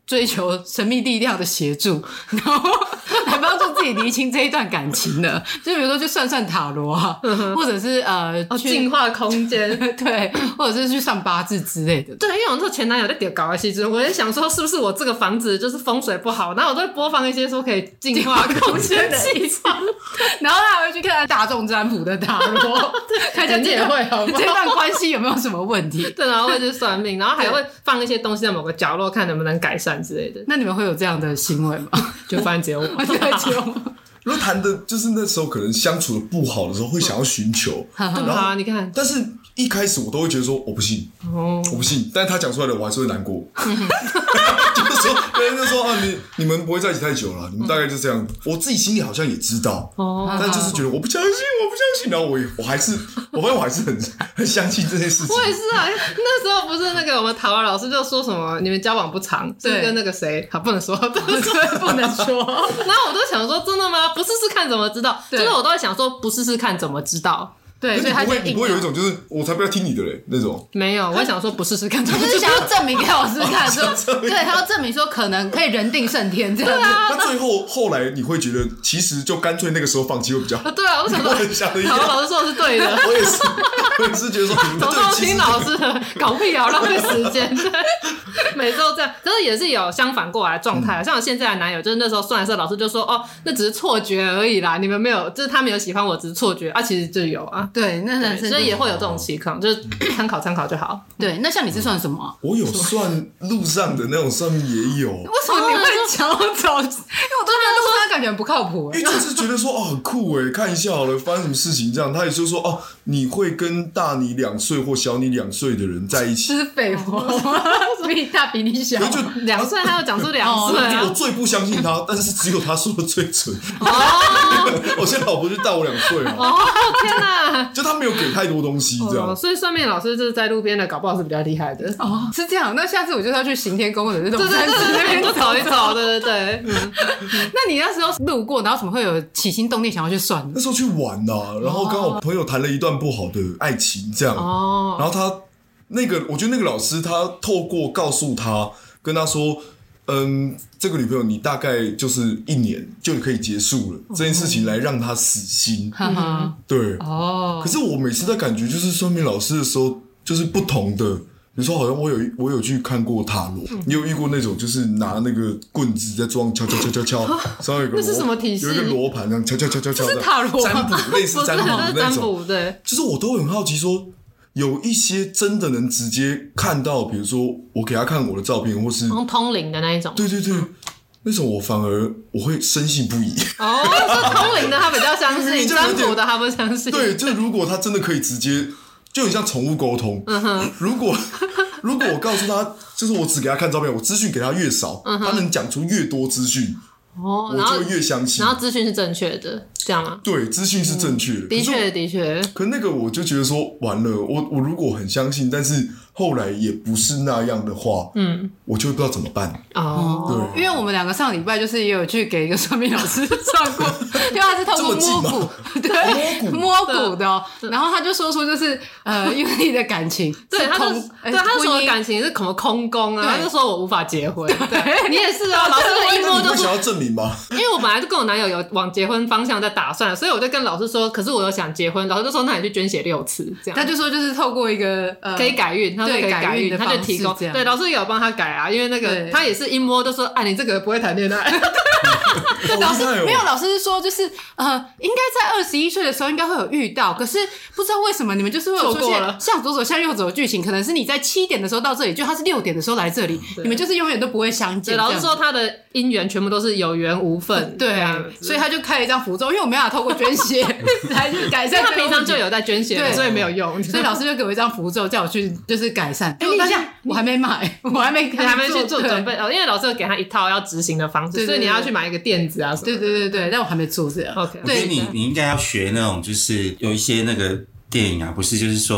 追求神秘力量的协助，然后来帮助自己厘清这一段感情的。就比如说去算算塔罗啊，或者是去净化空间， 对，或者是去算八字之类的。 对，因为我那时候前男友在点搞的戏之后，我在想说是不是我这个房子就是风水不好，然后我都会播放一些说可以净化空间的气场， 然后他还会去看大众占卜的塔罗，看一下你也会好不好这段关系有没有什么问题。 对，然后会去算命，然后还会放一些东西在某个角落，看能不能改善之类的。 那你们会有这样的行为吗？ 就发现只有我， 只有我。 如果谈的就是那时候可能相处的不好的时候，会想要寻求， 对啊，你看， 但是一开始我都会觉得说我不信，我不信，但是他讲出来的我还是会难过，就是说别人就说啊你们不会在一起太久了，你们大概就这样，我自己心里好像也知道，但就是觉得我不相信，然后我还是我发现我还是很相信这件事情。 我也是啊，那时候不是那个我们塔罗老师就说什么你们交往不长，是跟那个谁好不能说，不能说，然后我都想说真的吗？不试试看怎么知道？就是我都会想说不试试看怎么知道？ 对，所以他就你不会有一种就是我才不要听你的嘞那种。 没有，我会想说不试试看， 他就是想要证明给老师看，说对，他要证明说可能可以人定胜天这样子。 那最后来你会觉得其实就干脆那个时候放弃会比较好。 对啊，我想说塔罗老师说的是对的， 我也是觉得说你们总是听老师的，搞屁啊，浪费时间。每次都这样，可是也是有相反过来的状态。像我现在的男友，就是那时候算的时候，老师就说哦，那只是错觉而已啦，你们没有，就是他没有喜欢我，只是错觉啊，其实就有啊。 对，那男生所以也会有这种情况，就是参考就好。 对，那像你是算什么？ 我有算路上的那种算命也有。 为什么你会想要找？因为我都觉得路上感觉很不靠谱。 因为就是觉得说哦很酷哎，看一下好了，发生什么事情这样。他也就说哦，你会跟大你2岁或小你2岁的人在一起。 是废话，比大比你小。 就 2岁，他又讲出2岁啊！ 我最不相信他，但是只有他说的最准。我现在老婆就大我2岁嘛。 哦天哪！ 就他没有给太多东西这样。 所以算命老师就是在路边的，搞不好是比较厉害的。 哦，是这样。那下次我就要去行天宫或者是对那边走一走，对。 那你那时候路过，然后怎么会有起心动念想要去算呢？ 那时候去玩啊，然后刚好朋友谈了一段不好的爱情这样。然后他我觉得那个老师他透过告诉他跟他说这个女朋友你大概就是1年就可以结束了这件事情，来让他死心。对。可是我每次在感觉就是算命老师的时候就是不同的，比如说好像我有去看过塔罗，你有遇过那种就是拿那个棍子在桌上敲，上面有个那是什么体系？ 有一个罗盘这样敲， 这是塔罗占卜，类似占卜的那种。 对， 就是我都很好奇说，有一些真的能直接看到，比如说我给他看我的照片，或是通灵的那一种。对， 那种我反而我会深信不疑。 哦，是通灵的他比较相信，占卜的他不相信。 对，就如果他真的可以直接，就很像宠物沟通。如果我告诉他，就是我只给他看照片，我资讯给他越少，他能讲出越多资讯。我就会越相信， 然后资讯是正确的，这样吗？ 对，资讯是正确的。 的确。 可那个我就觉得说，完了，我如果很相信，但是后来也不是那样的话，我就会不知道怎么办。 对，因为我们2个上礼拜就是也有去给一个算命老师算过，因为他是透过摸骨，对，摸骨的哦。然后他就说出就是因为你的感情， 对，他说感情是什么空宫啊，他就说我无法结婚。对，你也是啊，老师一摸就说。 你想要证明吗？ 因为我本来就跟我男友有往结婚方向在打算，所以我就跟老师说，可是我有想结婚，老师就说那你去捐血6次，这样。 他就说就是透过一个可以改运，他说可以改运，他就提供。对，老师有帮他改啊，因为那个他也是一摸就说，哎，你这个不会谈恋爱。 老师没有，老师是说就是应该在21岁的时候应该会有遇到，可是不知道为什么你们就是会有出现向左走向右走的剧情，可能是你在7点的时候到这里，就他是6点的时候来这里，你们就是永远都不会相见。 老师说他的姻缘全部都是有缘无分， 对啊，所以他就开了一张符咒，因为我没办法透过捐血来去改善， 他平常就有在捐血，所以没有用， 所以老师就给我一张符咒，叫我去就是改善。等一下，我还没买，我还没去做准备，因为老师有给他一套要执行的方式，所以你要去买一个垫子啊什么。 对，但我还没做这样。 OK， 我觉得你应该要学那种，就是有一些那个电影啊，不是就是说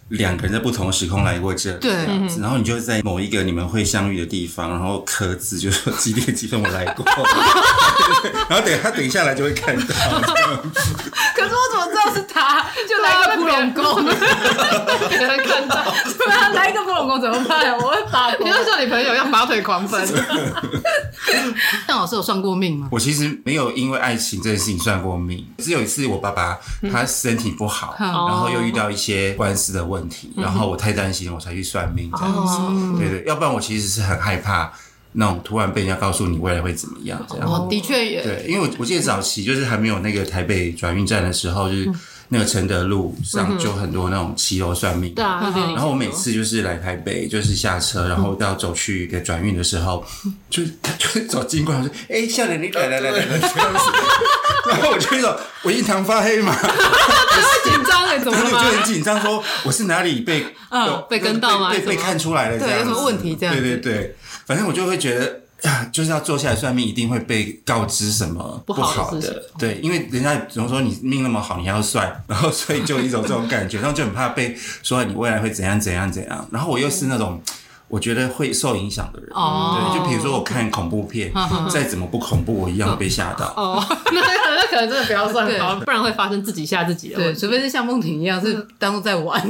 两个人在不同的时空来过这里， 对这样子，然后你就在某一个你们会相遇的地方，然后刻字就说几点几分我来过，然后他等一下来就会看到。 可是我怎么知道是他？就来一个普龙宫， 别人看到， 对啊，来一个普龙宫怎么办？我会发疯。 你要像你朋友一样拔腿狂奔。 但老师有算过命吗？ 我其实没有因为爱情这件事情算过命，只有一次我爸爸他身体不好，然后又遇到一些官司的问题，然后我太担心我才去算命这样子。对对，要不然我其实是很害怕那种突然被人家告诉你未来会怎么样这样。 的确也对，因为我记得早期就是还没有那个台北转运站的时候，就是那个承德路上就很多那种骑楼算命。 对啊， 然后我每次就是来台北，就是下车，然后要走去给转运的时候，就是走经过，我说：“哎，笑脸，你来，这样子。”然后我就说：“我印堂发黑嘛。” 会紧张哎，怎么了吗？ 我就很紧张，说我是哪里被被跟到吗？ 被看出来了， 对，有什么问题这样子？ 对对对，反正我就会觉得。就是要坐下来算命，一定会被告知什么不好的，对，因为人家怎么说你命那么好，你还要算，然后所以就有一种这种感觉，然后就很怕被说你未来会怎样怎样怎样，然后我又是那种我觉得会受影响的人，对，就比如说我看恐怖片，再怎么不恐怖，我一样会被吓到。 哦，那可能真的不要算好，不然会发生自己吓自己的问题。 对，除非是像梦婷一样是当作在玩。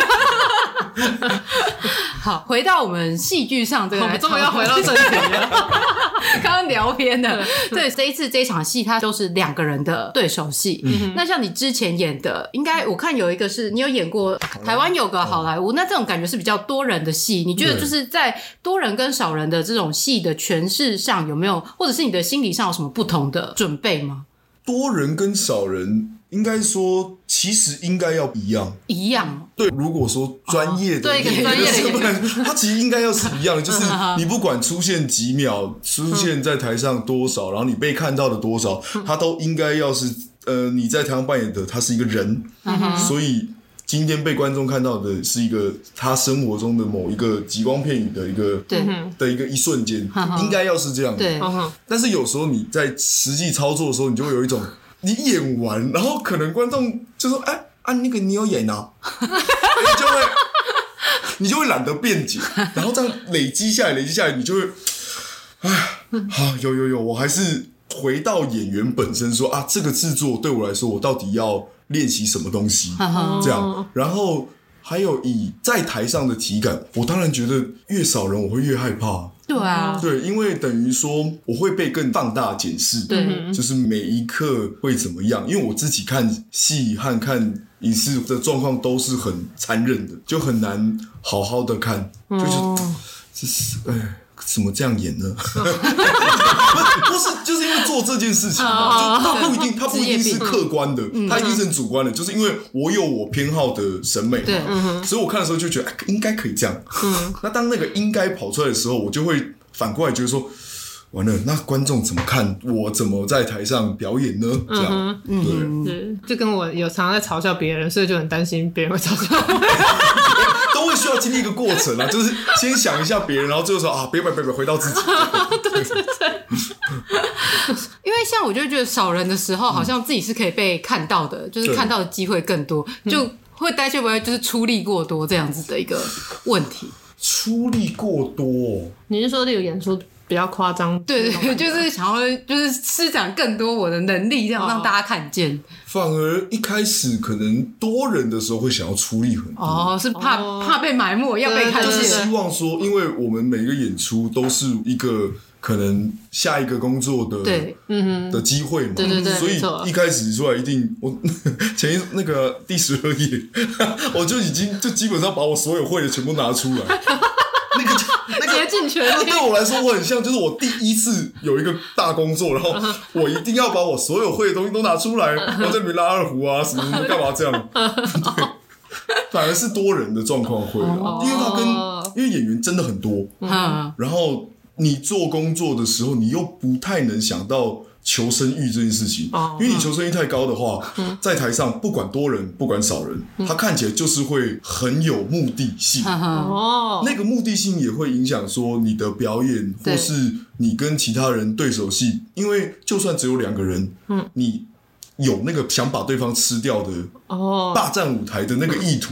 好，回到我们戏剧上这个， 我们终于要回到正题了。 刚刚聊偏的，对，这一场戏它都是两个人的对手戏。那像你之前演的，应该我看有一个是你有演过台湾有个好莱坞，那这种感觉是比较多人的戏。你觉得就是在多人跟少人的这种戏的诠释上，有没有或者是你的心理上有什么不同的准备吗？ 多人跟少人。应该说，其实应该要一样。 一样。 对，如果说专业的， 对，专业的演员， 它其实应该要是一样的，就是你不管出现几秒，出现在台上多少，然后你被看到的多少，它都应该要是你在台上扮演的，他是一个人，所以今天被观众看到的是一个他生活中的某一个极光片语的一个一瞬间，应该要是这样的。 对， 但是有时候你在实际操作的时候，你就会有一种。你演完，然后可能观众就说：“哎那个你有演啊？”你就会懒得辩解，然后这样累积下来，你就会，好有，我还是回到演员本身说啊，这个制作对我来说，我到底要练习什么东西？这样，然后还有以在台上的体感，我当然觉得越少人我会越害怕。 对啊， 对，因为等于说我会被更放大检视， 对， 就是每一刻会怎么样？因为我自己看戏和看影视的状况都是很残忍的，就很难好好的看，就是怎么这样演呢？不是，就是因为做这件事情，它不一定是客观的，它一定是很主观的，就是因为我有我偏好的审美嘛，所以我看的时候就觉得应该可以这样。那当那个应该跑出来的时候，我就会反过来觉得说，完了，那观众怎么看我怎么在台上表演呢？这样，对， 就跟我有常常在嘲笑别人，所以就很担心别人会嘲笑我。 都会需要经历一个过程啊，就是先想一下别人，然后最后说别回到自己。 对。 因为像我就觉得少人的时候，好像自己是可以被看到的，就是看到的机会更多，就会担心会不会就是出力过多这样子的一个问题。 出力过多， 你是说例如演出比较夸张？ 对，就是想要就是施展更多我的能力，这样让大家看见。 反而一开始可能多人的时候会想要出力很多， 是怕被埋没，要被看见。 就是希望说，因为我们每个演出都是一个可能下一个工作的的机会嘛， 对， 所以一开始出来一定我那个第12页，我就已经就基本上把我所有会的全部拿出来。那个竭尽全力， 对我来说我很像，就是我第一次有一个大工作，然后我一定要把我所有会的东西都拿出来，然后在里面拉二胡啊什么干嘛这样。对，反而是多人的状况会啦，因为演员真的很多，然后你做工作的时候，你又不太能想到求生欲这件事情，因为你求生欲太高的话，在台上不管多人不管少人，他看起来就是会很有目的性。那个目的性也会影响说你的表演，或是你跟其他人对手戏，因为就算只有2个人，你有那个想把对方吃掉的霸占舞台的那个意图，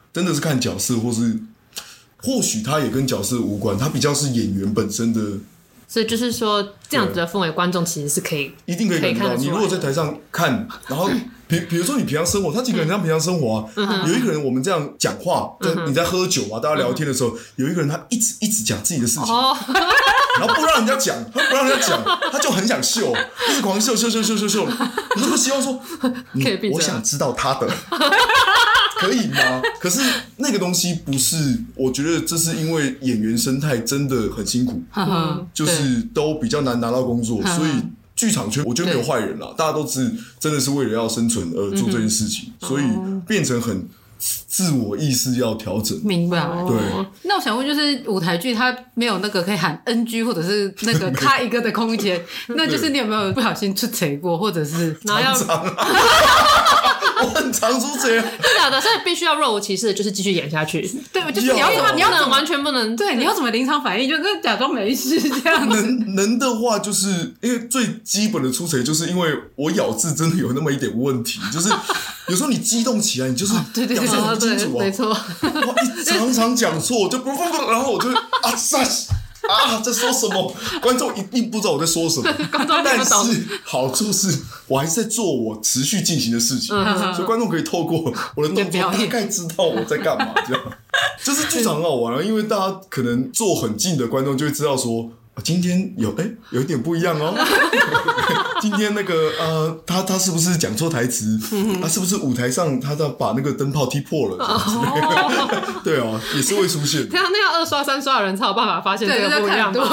真的是看角色，或许他也跟角色无关，他比较是演员本身的。 所以就是说，这样子的氛围，观众其实是可以一定可以感觉到。 看得出来。 你如果在台上看，然后比如说你平常生活，他几个人这样平常生活啊，有一个人我们这样讲话，你在喝酒嘛，大家聊天的时候，有一个人他一直讲自己的事情，然后不让人家讲，他就很想秀，一直狂秀，你就会希望说，我想知道他的。可以吗？可是那个东西不是，我觉得这是因为演员生态真的很辛苦，就是都比较难拿到工作，所以剧场圈我觉得没有坏人啦，大家都是真的是为了要生存而做这件事情，所以变成很自我意识要调整。 明白。 对。 那我想问，就是舞台剧它没有那个可以喊 NG 或者是那个卡一个的空间，那就是你有没有不小心出贼过，或者是然后要我很常出贼啊， 真的，所以必须要若无其事，就是继续演下去。 对，就是你要怎么完全不能， 对，你要怎么临场反应，就是假装没事这样子。 能的话，就是因为最基本的出贼，就是因为我咬字真的有那么一点问题，就是有时候你激动起来，你就是咬字很不清楚啊， 没错， 我常常讲错，就不，然后我就在说什么？观众一定不知道我在说什么。但是好处是我还是在做我持续进行的事情，所以观众可以透过我的动作大概知道我在干嘛。这样就是剧场很好玩啊，因为大家可能坐很近的观众就会知道说。今天有一点不一样哦。今天那个他是不是讲错台词？他是不是舞台上他把那个灯泡踢破了？对啊，也是会出现。 那要2刷3刷的人才有办法发现这个不一样吧？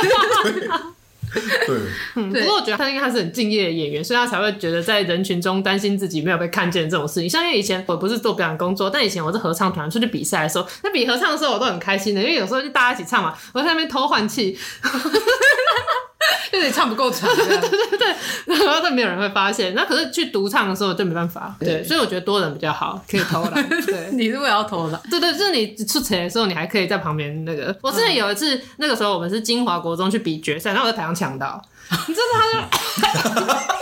对， 不过我觉得他应该是很敬业的演员，所以他才会觉得在人群中担心自己没有被看见这种事情。像因为以前我不是做表演工作，但以前我是合唱团出去比赛的时候，那比合唱的时候我都很开心的，因为有时候就大家一起唱嘛，我在那边偷换气。 就是你唱不够长， 对，然后都没有人会发现。那可是去独唱的时候就没办法，对，所以我觉得多人比较好，可以偷懒。对， 你如果要偷懒， 对，就是你出彩的时候，你还可以在旁边那个。我之前有一次，那个时候我们是金华国中去比决赛，然后我在台上抢到，你知道他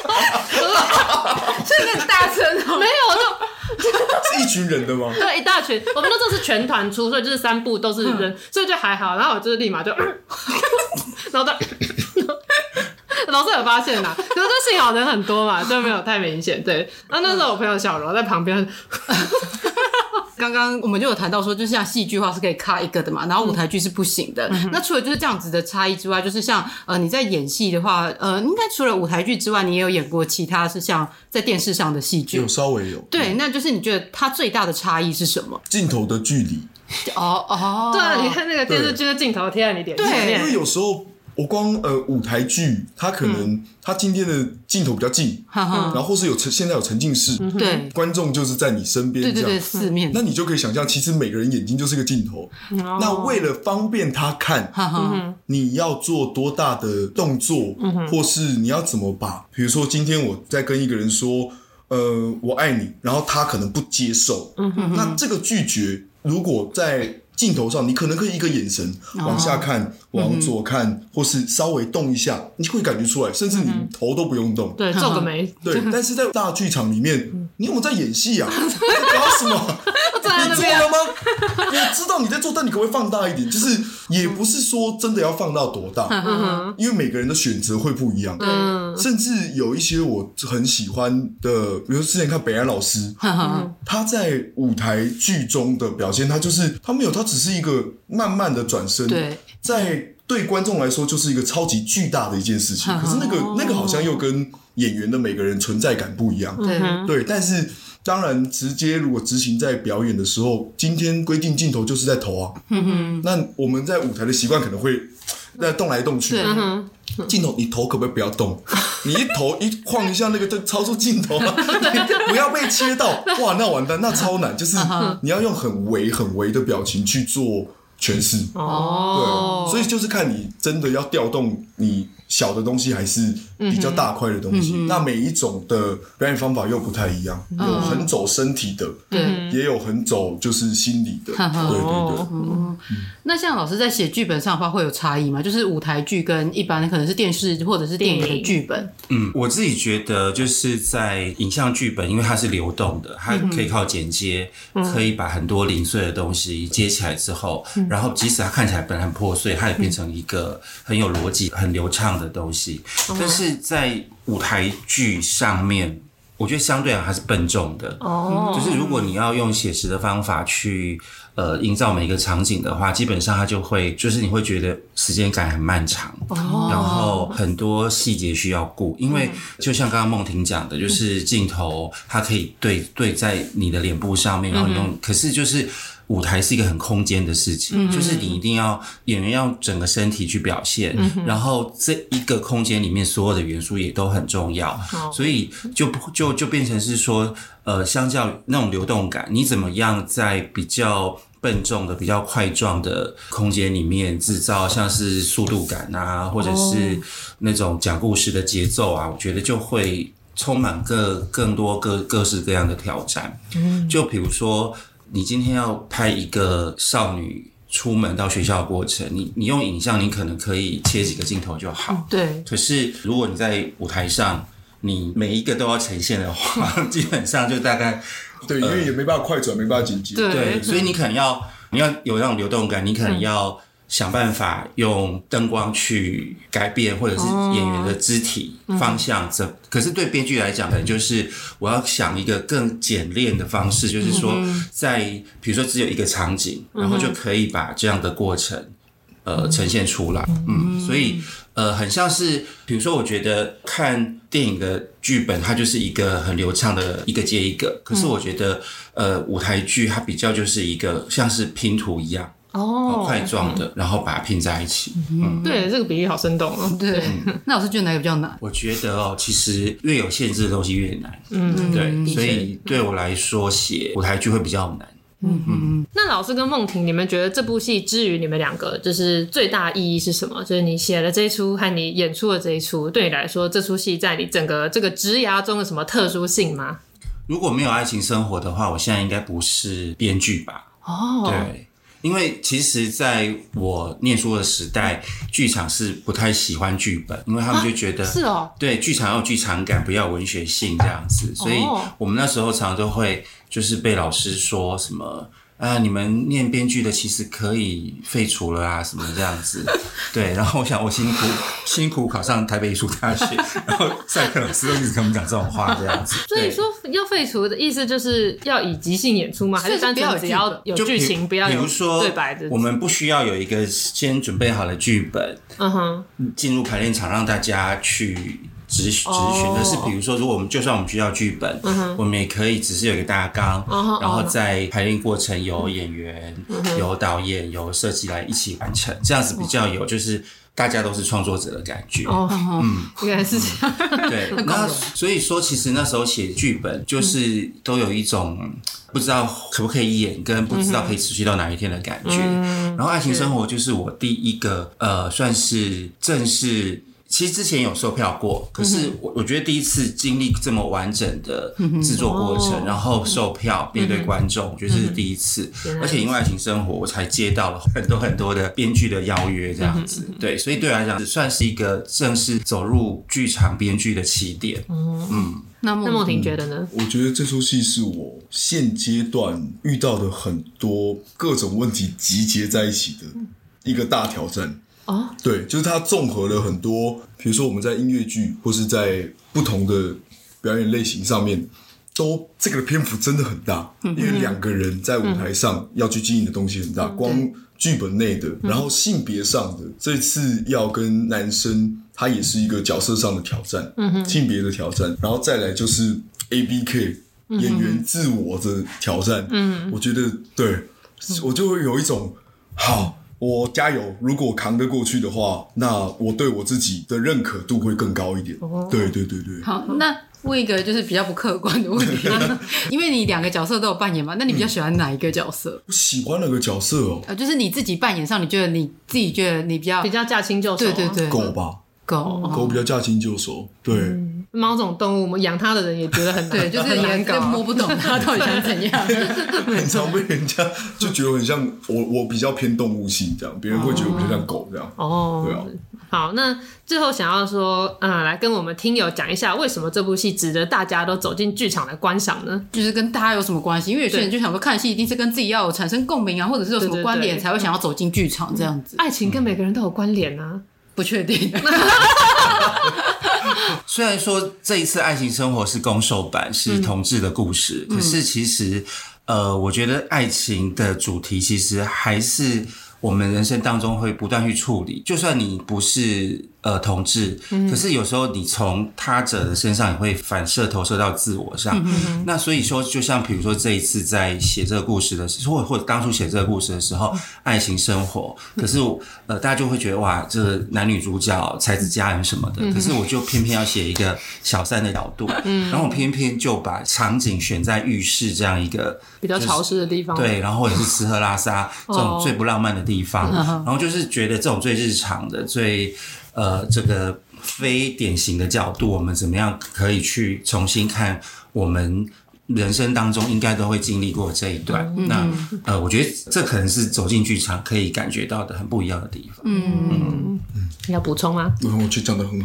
是那个大声哦， 没有， 是一群人的吗？ 对，一大群。我们那时候是全团出，所以就是3部都是人，所以就还好。然后我就是立马就，然后就。老师有发现啦，可是这幸好人很多嘛，就没有太明显。对，那时候我朋友小柔在旁边。 刚刚我们就有谈到说，就像戏剧化是可以卡一个的嘛，然后舞台剧是不行的。那除了就是这样子的差异之外，就是像你在演戏的话，应该除了舞台剧之外，你也有演过其他是像在电视上的戏剧， 有稍微有。 对，那就是你觉得它最大的差异是什么？ 镜头的距离。 对啊，你看那个电视剧的镜头贴在你脸前面， 因为有时候。我光舞台剧，它可能它今天的镜头比较近，然后或是现在有沉浸式， 对， 观众就是在你身边， 对，四面， 那你就可以想象，其实每个人眼睛就是一个镜头。那为了方便他看，你要做多大的动作，或是你要怎么把，比如说今天我在跟一个人说，我爱你，然后他可能不接受，那这个拒绝，如果在镜头上，你可能可以一个眼神往下看，往左看，或是稍微动一下，你会感觉出来，甚至你头都不用动。 对，皱个眉。 对，但是在大剧场里面，你有没有在演戏啊？你在搞什么？你做了吗？我知道你在做，但你可不可以放大一点？就是也不是说真的要放到多大，因为每个人的选择会不一样。甚至有一些我很喜欢的，比如之前看北安老师，他在舞台剧中的表现，他只是一个慢慢的转身，对观众来说就是一个超级巨大的一件事情。可是那个好像又跟演员的每个人存在感不一样。对，但是当然直接如果执行在表演的时候，今天规定镜头就是在头啊。那我们在舞台的习惯可能会在动来动去。镜头你头可不可以不要动？你一头一晃一下，那个就超出镜头了，不要被切到。哇，那完蛋，那超难。就是你要用很微的表情去做诠释。对，所以就是看你真的要调动你小的东西还是比较大块的东西。那每一种的表演方法又不太一样，有很走身体的，也有很走就是心理的。对对对。 那像老师在写剧本上的话，会有差异吗？就是舞台剧跟一般可能是电视或者是电影的剧本。 我自己觉得就是在影像剧本，因为它是流动的，它可以靠剪接，可以把很多零碎的东西接起来之后，然后即使它看起来本来很破碎，它也变成一个很有逻辑、很流畅的东西。但是在舞台剧上面，我觉得相对来还是笨重的。就是如果你要用写实的方法去营造每一个场景的话，基本上它就会就是你会觉得时间感很漫长，然后很多细节需要顾，因为就像刚刚梦婷讲的，就是镜头它可以对在你的脸部上面，然后你用，可是就是舞台是一个很空间的事情，就是你一定要演员要整个身体去表现，然后这一个空间里面所有的元素也都很重要，所以就变成是说，相较那种流动感，你怎么样在比较笨重的、比较块状的空间里面制造像是速度感啊，或者是那种讲故事的节奏啊，我觉得就会充满更多各式各样的挑战。就比如说，你今天要拍一个少女出门到学校的过程，你用影像，你可能可以切几个镜头就好。 对。 可是如果你在舞台上，你每一个都要呈现的话，基本上就大概对，因为也没办法快转，没办法剪接。 对，所以你可能你要有那种流动感，你可能要想办法用灯光去改变，或者是演员的肢体方向。可是对编剧来讲，可能就是我要想一个更简练的方式，就是说在比如说只有一个场景，然后就可以把这样的过程呈现出来。所以很像是比如说，我觉得看电影的剧本，它就是一个很流畅的一个接一个。可是我觉得舞台剧它比较就是一个像是拼图一样。块状的，然后把它拼在一起。 对，这个比喻好生动哦。 对，那老师觉得哪个比较难？ 我觉得其实越有限制的东西越难。对，所以对我来说写舞台剧会比较难。 那老师跟梦婷，你们觉得这部戏之于你们两个，就是最大的意义是什么？就是你写了这一出和你演出的这一出，对你来说，这出戏在你整个这个职涯中有什么特殊性吗？ 如果没有爱情生活的话，我现在应该不是编剧吧？对。因为其实在我念书的时代，剧场是不太喜欢剧本，因为他们就觉得是哦， 对，剧场要有剧场感，不要有文学性这样子，所以我们那时候常常都会就是被老师说什么你们念编剧的其实可以废除了啊，什么这样子。对，然后我想我辛苦考上台北艺术大学，然后赛课老师都一直跟我们讲这种话这样子。 所以说要废除的意思就是要以即兴演出吗？还是单纯只要有剧情，不要有对白的？ 我们不需要有一个先准备好的剧本，进入排练场让大家去执行的是，比如说，如果就算我们需要剧本，我们也可以只是有一个大纲，然后在排练过程由演员、由导演、由设计来一起完成，这样子比较有就是大家都是创作者的感觉。 原来是这样。 对，那所以说，其实那时候写剧本就是都有一种不知道可不可以演，跟不知道可以持续到哪一天的感觉。然后爱情生活就是我第一个算是正式。其实之前有售票过，可是我觉得第一次经历这么完整的制作过程，然后售票面对观众，我觉得这是第一次。而且因为爱情生活，我才接到了很多的编剧的邀约，这样子。对，所以对我来讲，算是一个正式走入剧场编剧的起点。 那梦婷觉得呢？ 我觉得这出戏是我现阶段遇到的很多各种问题集结在一起的一个大挑战。对，就是它综合了很多，比如说我们在音乐剧或是在不同的表演类型上面，都这个篇幅真的很大，因为两个人在舞台上要去经营的东西很大，光剧本内的，然后性别上的，这次要跟男生，他也是一个角色上的挑战，性别的挑战，然后再来就是 ABK 演员自我的挑战，我觉得对我就会有一种好。我加油！如果扛得过去的话，那我对我自己的认可度会更高一点。对。 好，那问一个就是比较不客观的问题，因为你两个角色都有扮演嘛，那你比较喜欢哪一个角色？ 我喜欢哪个角色哦？ 就是你自己扮演上，你自己觉得你比较驾轻就熟。 对， 狗吧。 狗比较驾轻就熟，对。 猫这种动物，我们养它的人也觉得很难， 对，就是很难也搞， 摸不懂它到底想怎样。 很常被人家就觉得很像我比较偏动物系这样，别人会觉得我比较像狗这样。 哦， 对啊。 好，那最后想要说，来跟我们听友讲一下，为什么这部戏值得大家都走进剧场来观赏呢？ 就是跟大家有什么关系？因为有些人就想说看戏一定是跟自己要有产生共鸣啊，或者是有什么关联才会想要走进剧场这样子。 爱情跟每个人都有关联啊， 不确定。 虽然说这一次《爱情生活》是攻受版，是同志的故事，可是其实我觉得爱情的主题其实还是我们人生当中会不断去处理，就算你不是同志，可是有时候你从他者的身上也会反射投射到自我上。那所以说，就像比如说这一次在写这个故事的时候，或者当初写这个故事的时候，爱情生活，可是大家就会觉得哇，这个男女主角才子佳人什么的，可是我就偏偏要写一个小三的角度，然后我偏偏就把场景选在浴室这样一个比较潮湿的地方， 对，然后或者是吃喝拉撒这种最不浪漫的地方，然后就是觉得这种最日常的、最这个非典型的角度，我们怎么样可以去重新看我们人生当中应该都会经历过这一段。那我觉得这可能是走进剧场可以感觉到的很不一样的地方。 你要补充吗？ 我觉得讲得很好。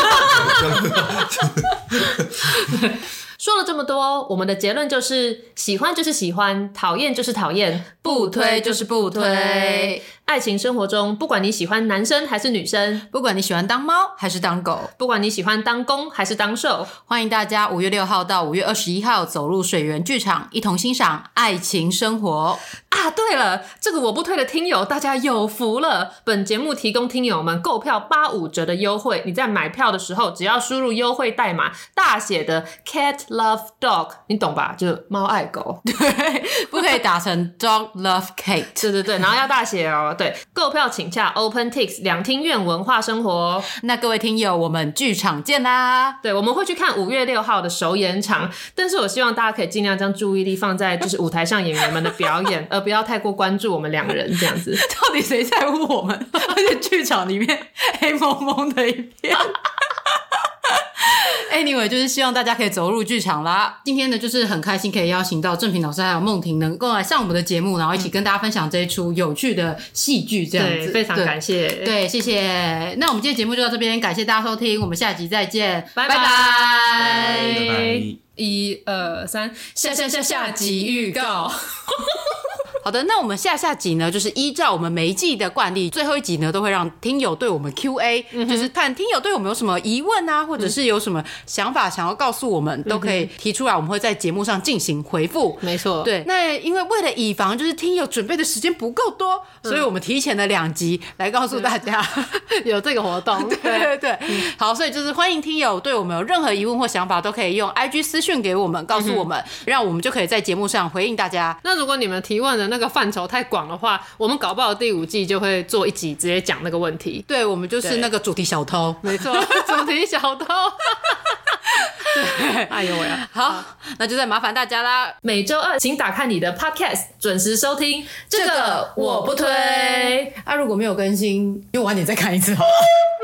说了这么多，我们的结论就是喜欢就是喜欢，讨厌就是讨厌，不推就是不推。爱情生活中，不管你喜欢男生还是女生， 不管你喜欢当猫还是当狗， 不管你喜欢当攻还是当受， 欢迎大家5月6号到5月21号走入水源剧场，一同欣赏爱情生活。 啊，对了，这个我不推的听友，大家有福了！本节目提供听友们购票85折的优惠，你在买票的时候，只要输入优惠代码大写的 Cat Love Dog， 你懂吧？就是猫爱狗， 对，不可以打成 Dog Love Kate。 对对对，然后要大写哦。对，购票请洽 OpenTix 两厅院文化生活。 那各位听友，我们剧场见啦！ 对，我们会去看5月6号的首演场，但是我希望大家可以尽量将注意力放在就是舞台上演员们的表演，而不要太过关注我们两人这样子。 到底谁在乎我们？而且剧场里面黑蒙蒙的一片。Anyway， 就是希望大家可以走入剧场啦。今天呢，就是很开心可以邀请到正平老师还有梦婷能够来上我们的节目，然后一起跟大家分享这一出有趣的戏剧，这样子。 对，非常感谢。 对，谢谢。那我们今天节目就到这边，感谢大家收听，我们下集再见， 拜拜。 拜拜。 1、2、3，下集预告。 好的，那我们下集呢，就是依照我们每一季的惯例，最后一集呢都会让听友对我们 Q&A，就是看听友对我们有什么疑问啊，或者是有什么想法想要告诉我们，都可以提出来，我们会在节目上进行回复。 没错， 对。那因为为了以防就是听友准备的时间不够多，所以我们提前了2集来告诉大家有这个活动。 对对对，好，所以就是欢迎听友对我们有任何疑问或想法，都可以用 IG 私讯给我们，告诉我们，让我们就可以在节目上回应大家。 那如果你们提问的那个范畴太广的话，我们搞不好第5季就会做1集直接讲那个问题。 对，我们就是那个主题小偷。 没错，主题小偷。对，哎呦喂啊！ 好，那就再麻烦大家啦。 每周2请打开你的 Podcast， 准时收听。这个我不推。 如果没有更新，就晚点再看一次好了。